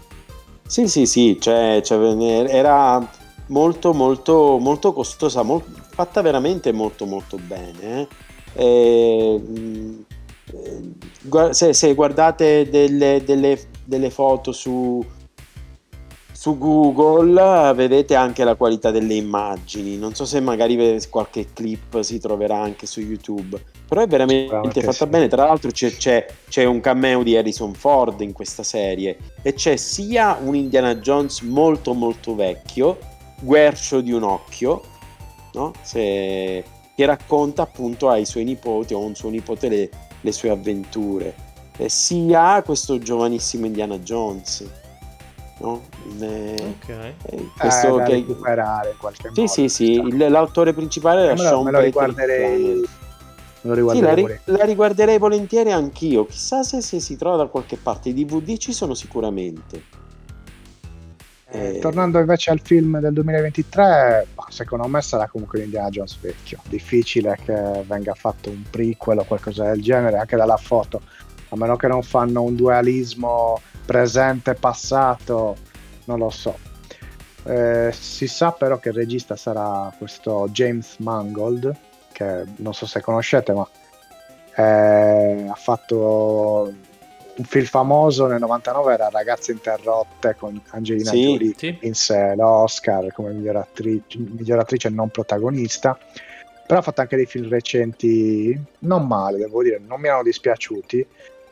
Sì, sì, sì, cioè, cioè, era molto, molto, molto costosa, mol- fatta veramente molto, molto bene. eh. E, mh, eh, gua- se, se guardate delle, delle- delle foto su, su Google, vedete anche la qualità delle immagini. Non so se magari ve- qualche clip si troverà anche su YouTube, però è veramente Sicuramente fatta sì. bene. Tra l'altro c'è, c'è- c'è un cameo di Harrison Ford in questa serie, e c'è sia un Indiana Jones molto molto vecchio, guercio di un occhio, no? Se- che racconta appunto ai suoi nipoti o a un suo nipote le, le sue avventure, e sia questo giovanissimo Indiana Jones, no? Eh, Ok. eh, questo Eh, da che- recuperare in qualche sì, modo. sì, ci sì, sta. il- l'autore principale era Me lo, Sean me lo Patrick riguarderei, Flannery. me lo Sì, la, riguarderei ri- volentieri. la riguarderei volentieri anch'io. Chissà se, se si trova da qualche parte. I D V D ci sono sicuramente. Eh, Eh, tornando invece al film del duemilaventitré, bah, secondo me sarà comunque un Indiana Jones vecchio. Difficile che venga fatto un prequel o qualcosa del genere, anche dalla foto, a meno che non fanno un dualismo presente-passato, non lo so. Eh, si sa però che il regista sarà questo James Mangold, che non so se conoscete, ma eh, ha fatto un film famoso nel novantanove, era Ragazze interrotte, con Angelina Sì, Jolie sì. vinse l'Oscar come miglior attrice, miglior attrice non protagonista. però ha fatto anche dei film recenti non male, devo dire, non mi erano dispiaciuti,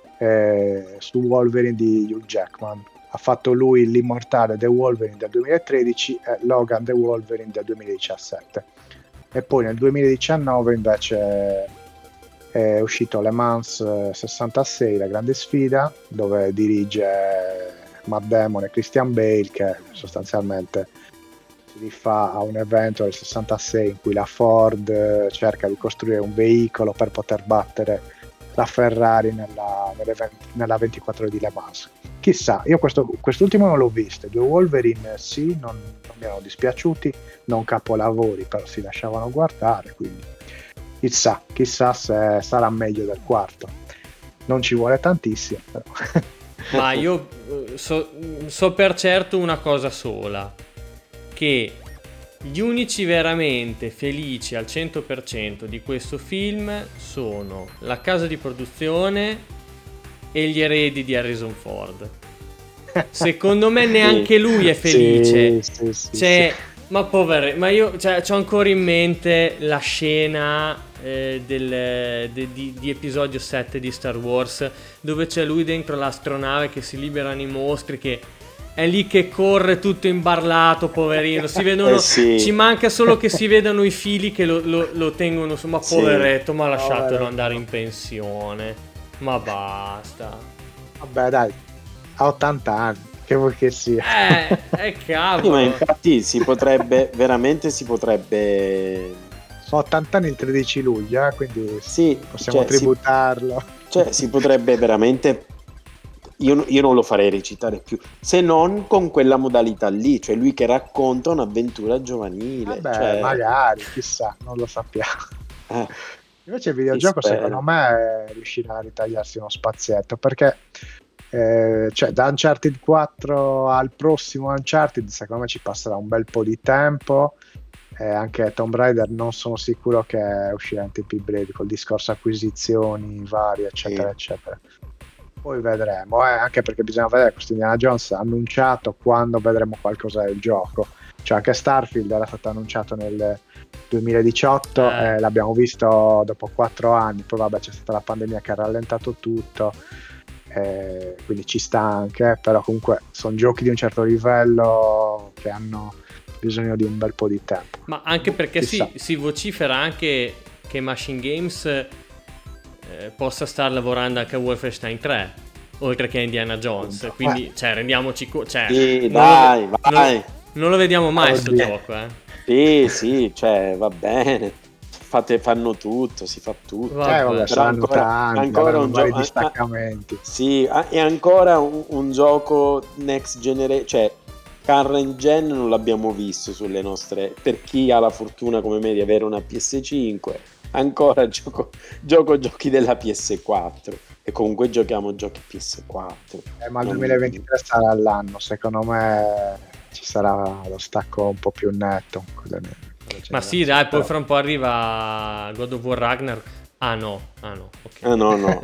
eh, su Wolverine di Hugh Jackman. Ha fatto lui l'Immortale The Wolverine del duemilatredici e Logan The Wolverine del duemiladiciassette, e poi nel duemiladiciannove invece è uscito Le Mans sessantasei, La Grande Sfida, dove dirige Matt Damon e Christian Bale, che sostanzialmente si rifà a un evento del sessantasei in cui la Ford cerca di costruire un veicolo per poter battere la Ferrari nella, nella ventiquattro ore di Le Mans. Chissà, io questo, quest'ultimo non l'ho visto, i due Wolverine sì, non, non mi erano dispiaciuti, non capolavori, però si lasciavano guardare, quindi chissà, chissà se sarà meglio del quarto. Non ci vuole tantissimo, però. Ma io so, so per certo una cosa sola, che gli unici veramente felici al cento per cento di questo film sono la casa di produzione e gli eredi di Harrison Ford. Secondo me neanche lui è felice. Sì, sì, sì, cioè, sì. ma povero, ma io cioè, c'ho ancora in mente la scena eh, del, de, di, di episodio sette di Star Wars, dove c'è lui dentro l'astronave che si liberano i mostri, che è lì che corre tutto imbarlato, poverino. Si vedono, eh sì. Ci manca solo che si vedano i fili che lo, lo, lo tengono su. Ma poveretto, ma lasciatelo Povero. andare in pensione. Ma basta. Vabbè dai, ha ottanta anni, che vuoi che sia. Eh, eh Sì, cavolo. ma infatti si potrebbe, veramente si potrebbe... Sono ottanta anni il tredici luglio, eh, quindi Sì, possiamo cioè, si- tributarlo. Cioè, si potrebbe veramente... Io, io non lo farei recitare più, se non con quella modalità lì, cioè lui che racconta un'avventura giovanile. Vabbè, cioè, magari, chissà, non lo sappiamo. eh, Invece il videogioco spero. secondo me riuscirà a ritagliarsi uno spazietto, perché eh, cioè, da Uncharted quattro al prossimo Uncharted secondo me ci passerà un bel po' di tempo, e anche Tomb Raider non sono sicuro che uscirà in tempi brevi col discorso acquisizioni varie eccetera Sì. eccetera. Poi vedremo, eh, anche perché bisogna vedere, questo Indiana Jones ha annunciato quando vedremo qualcosa del gioco, cioè anche Starfield era stato annunciato nel duemiladiciotto, Eh. eh, l'abbiamo visto dopo quattro anni, poi vabbè c'è stata la pandemia che ha rallentato tutto, eh, quindi ci sta anche, però comunque sono giochi di un certo livello che hanno bisogno di un bel po' di tempo. Ma anche perché si, Chissà. si vocifera anche che Machine Games eh, possa star lavorando anche a Wolfenstein tre, oltre che a Indiana Jones. Quindi, cioè, rendiamoci conto. Cioè, Sì, non dai, lo, vai. Non, non lo vediamo mai sto Oddio. gioco, eh. Sì, sì, cioè va bene, fate, fanno tutto, si fa tutto. Vabbè. Eh, vabbè, Però saranno ancora- tanti, ancora avranno un vari gioco- distaccamenti. Sì, ah, è ancora un, un gioco next generation, cioè current gen non l'abbiamo visto sulle nostre, per chi ha la fortuna come me di avere una P S cinque, ancora gioco, gioco giochi della P S quattro e comunque giochiamo giochi P S quattro. Eh, ma il Non- duemilaventitré sarà l'anno, secondo me ci sarà lo stacco un po' più netto. con le- con le Ma sì, generazioni. dai, poi Però- fra un po' arriva God of War Ragnar. Ah no, ah no, ok. Ah, no, no.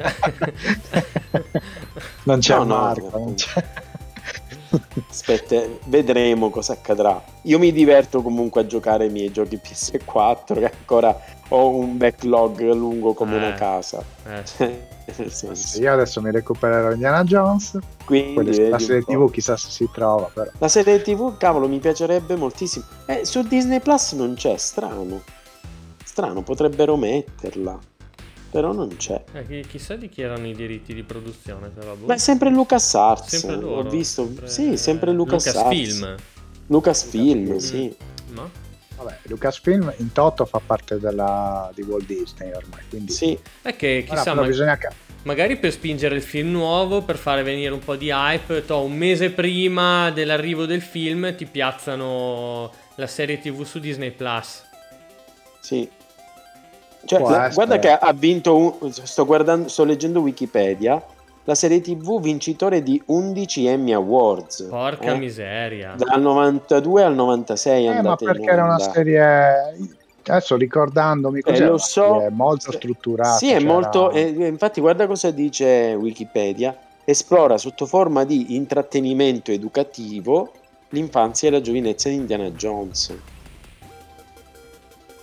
non c'è No, no, Marco, no. non c'è. Aspetta, vedremo cosa accadrà. Io mi diverto comunque a giocare ai miei giochi P S quattro, che ancora ho un backlog lungo come Eh. una casa. Eh. Nel senso, Io adesso mi recupererò Indiana Jones, quindi poi vedi la un serie po'. tivù chissà se si trova, però. La serie tivù, cavolo, mi piacerebbe moltissimo. Eh, su Disney Plus non c'è, strano. Strano, potrebbero metterla. Però non c'è. Eh, chi- chissà di chi erano i diritti di produzione, però. boh. Ma è sempre LucasArts. Sempre loro. Ho visto. sempre- Sì, sempre LucasArts. Lucasfilm. Lucasfilm, Lucasfilm. sì. Ma? Vabbè, Lucasfilm in toto fa parte della, di Walt Disney ormai, quindi Sì. È che Ora, chissà, però ma- bisogna che magari per spingere il film nuovo, per fare venire un po' di hype, to, un mese prima dell'arrivo del film ti piazzano la serie tivù su Disney Plus. Sì. Cioè, Può la- essere. guarda che ha vinto un, sto guardando, sto leggendo Wikipedia, la serie tivù vincitore di undici Emmy Awards. Porca eh? miseria. Dal novantadue al novantasei è eh, ma andata in perché era una onda. serie, adesso ricordandomi Eh, così, lo era una so. serie molto Sì. strutturata, Sì, è c'era- molto. eh, infatti, guarda cosa dice Wikipedia: esplora sotto forma di intrattenimento educativo l'infanzia e la giovinezza di Indiana Jones.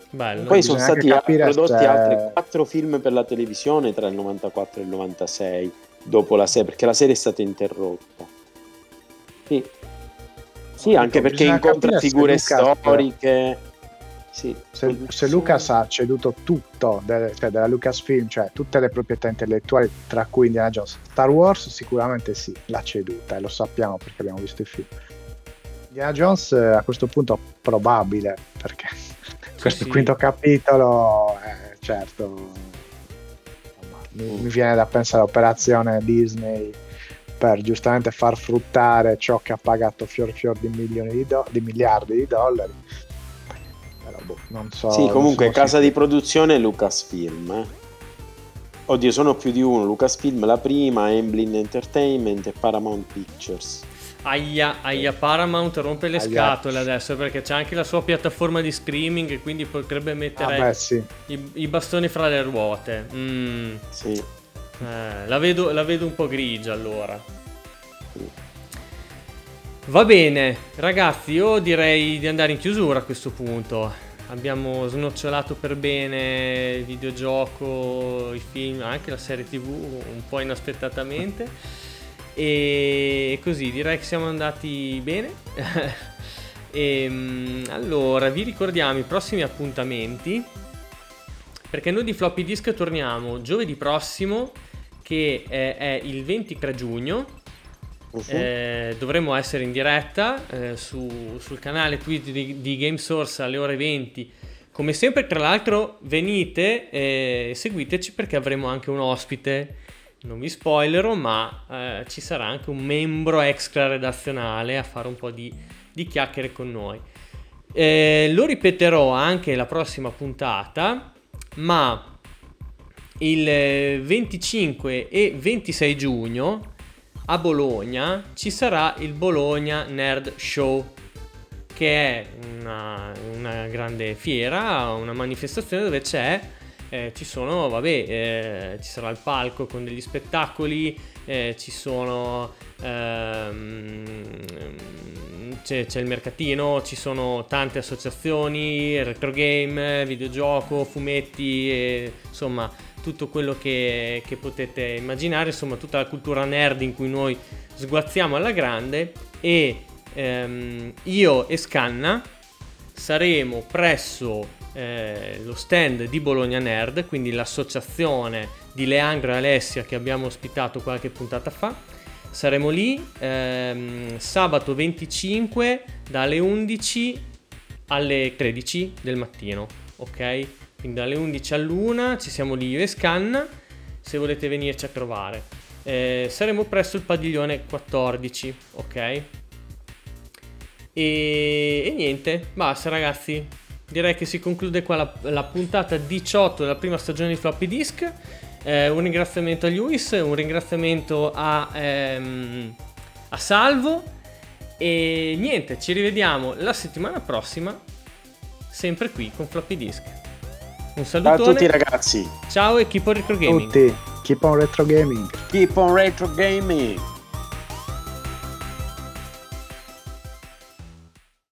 Bello. Poi sono Bisogna stati anche capire prodotti se- altri quattro film per la televisione tra il novantaquattro e il novantasei, dopo la serie, perché la serie è stata interrotta. Sì, sì, anche perché bisogna incontra capire se figure Lucas- storiche. Sì, Se, se Lucas ha ceduto tutto de- cioè della Lucasfilm, cioè tutte le proprietà intellettuali, tra cui Indiana Jones, Star Wars sicuramente sì, l'ha ceduta e lo sappiamo perché abbiamo visto il film. Indiana Jones eh, a questo punto probabile, perché questo sì. quinto capitolo, eh, certo, insomma, mi, mi viene da pensare all'operazione Disney per giustamente far fruttare ciò che ha pagato fior fior di milioni di, do- di miliardi di dollari. Però boh, non so. sì, non comunque sono casa di sicuro. produzione è Lucasfilm. Eh. Oddio, sono più di uno. Lucasfilm la prima, Amblin Entertainment e Paramount Pictures. Aia, aia, Paramount rompe le Aia. scatole adesso perché c'è anche la sua piattaforma di streaming e quindi potrebbe mettere Ah, beh, sì. i, i bastoni fra le ruote. Mm, Sì. eh, la, vedo, la vedo un po' grigia allora. Va bene, ragazzi, io direi di andare in chiusura a questo punto. Abbiamo snocciolato per bene il videogioco, i film, anche la serie tivù, un po' inaspettatamente. E così direi che siamo andati bene. E, allora, vi ricordiamo i prossimi appuntamenti, perché noi di Floppy Disk torniamo giovedì prossimo, che è, è il ventitré giugno. Uh-huh. Eh, dovremo essere in diretta eh, su, sul canale Twitch di, di GameSource alle ore venti. Come sempre, tra l'altro, venite e seguiteci perché avremo anche un ospite. Non vi spoilerò, ma eh, ci sarà anche un membro extra redazionale a fare un po' di, di chiacchiere con noi. Eh, lo ripeterò anche la prossima puntata, ma il venticinque e ventisei giugno a Bologna ci sarà il Bologna Nerd Show, che è una, una grande fiera, una manifestazione dove c'è eh, ci sono, vabbè, eh, ci sarà il palco con degli spettacoli, eh, ci sono ehm, c'è, c'è il mercatino, ci sono tante associazioni, retro game, videogioco, fumetti, e, insomma tutto quello che, che potete immaginare, insomma tutta la cultura nerd in cui noi sguazziamo alla grande. E ehm, io e Scanna saremo presso eh, lo stand di Bologna Nerd, quindi l'associazione di Leandro e Alessia che abbiamo ospitato qualche puntata fa. Saremo lì ehm, sabato venticinque dalle undici alle tredici del mattino, ok? Quindi dalle undici all'una ci siamo lì io e Scanna, se volete venirci a trovare. Eh, saremo presso il padiglione quattordici, ok? E, e niente, basta ragazzi. Direi che si conclude qua la, la puntata diciotto della prima stagione di Floppy Disk. Eh, un ringraziamento a Luis, un ringraziamento a, ehm, a Salvo. E niente, ci rivediamo la settimana prossima, sempre qui con Floppy Disk. Un salutone. Ciao a tutti ragazzi. Ciao e keep on retro gaming. Tutti, keep on retro gaming. Keep on retro gaming.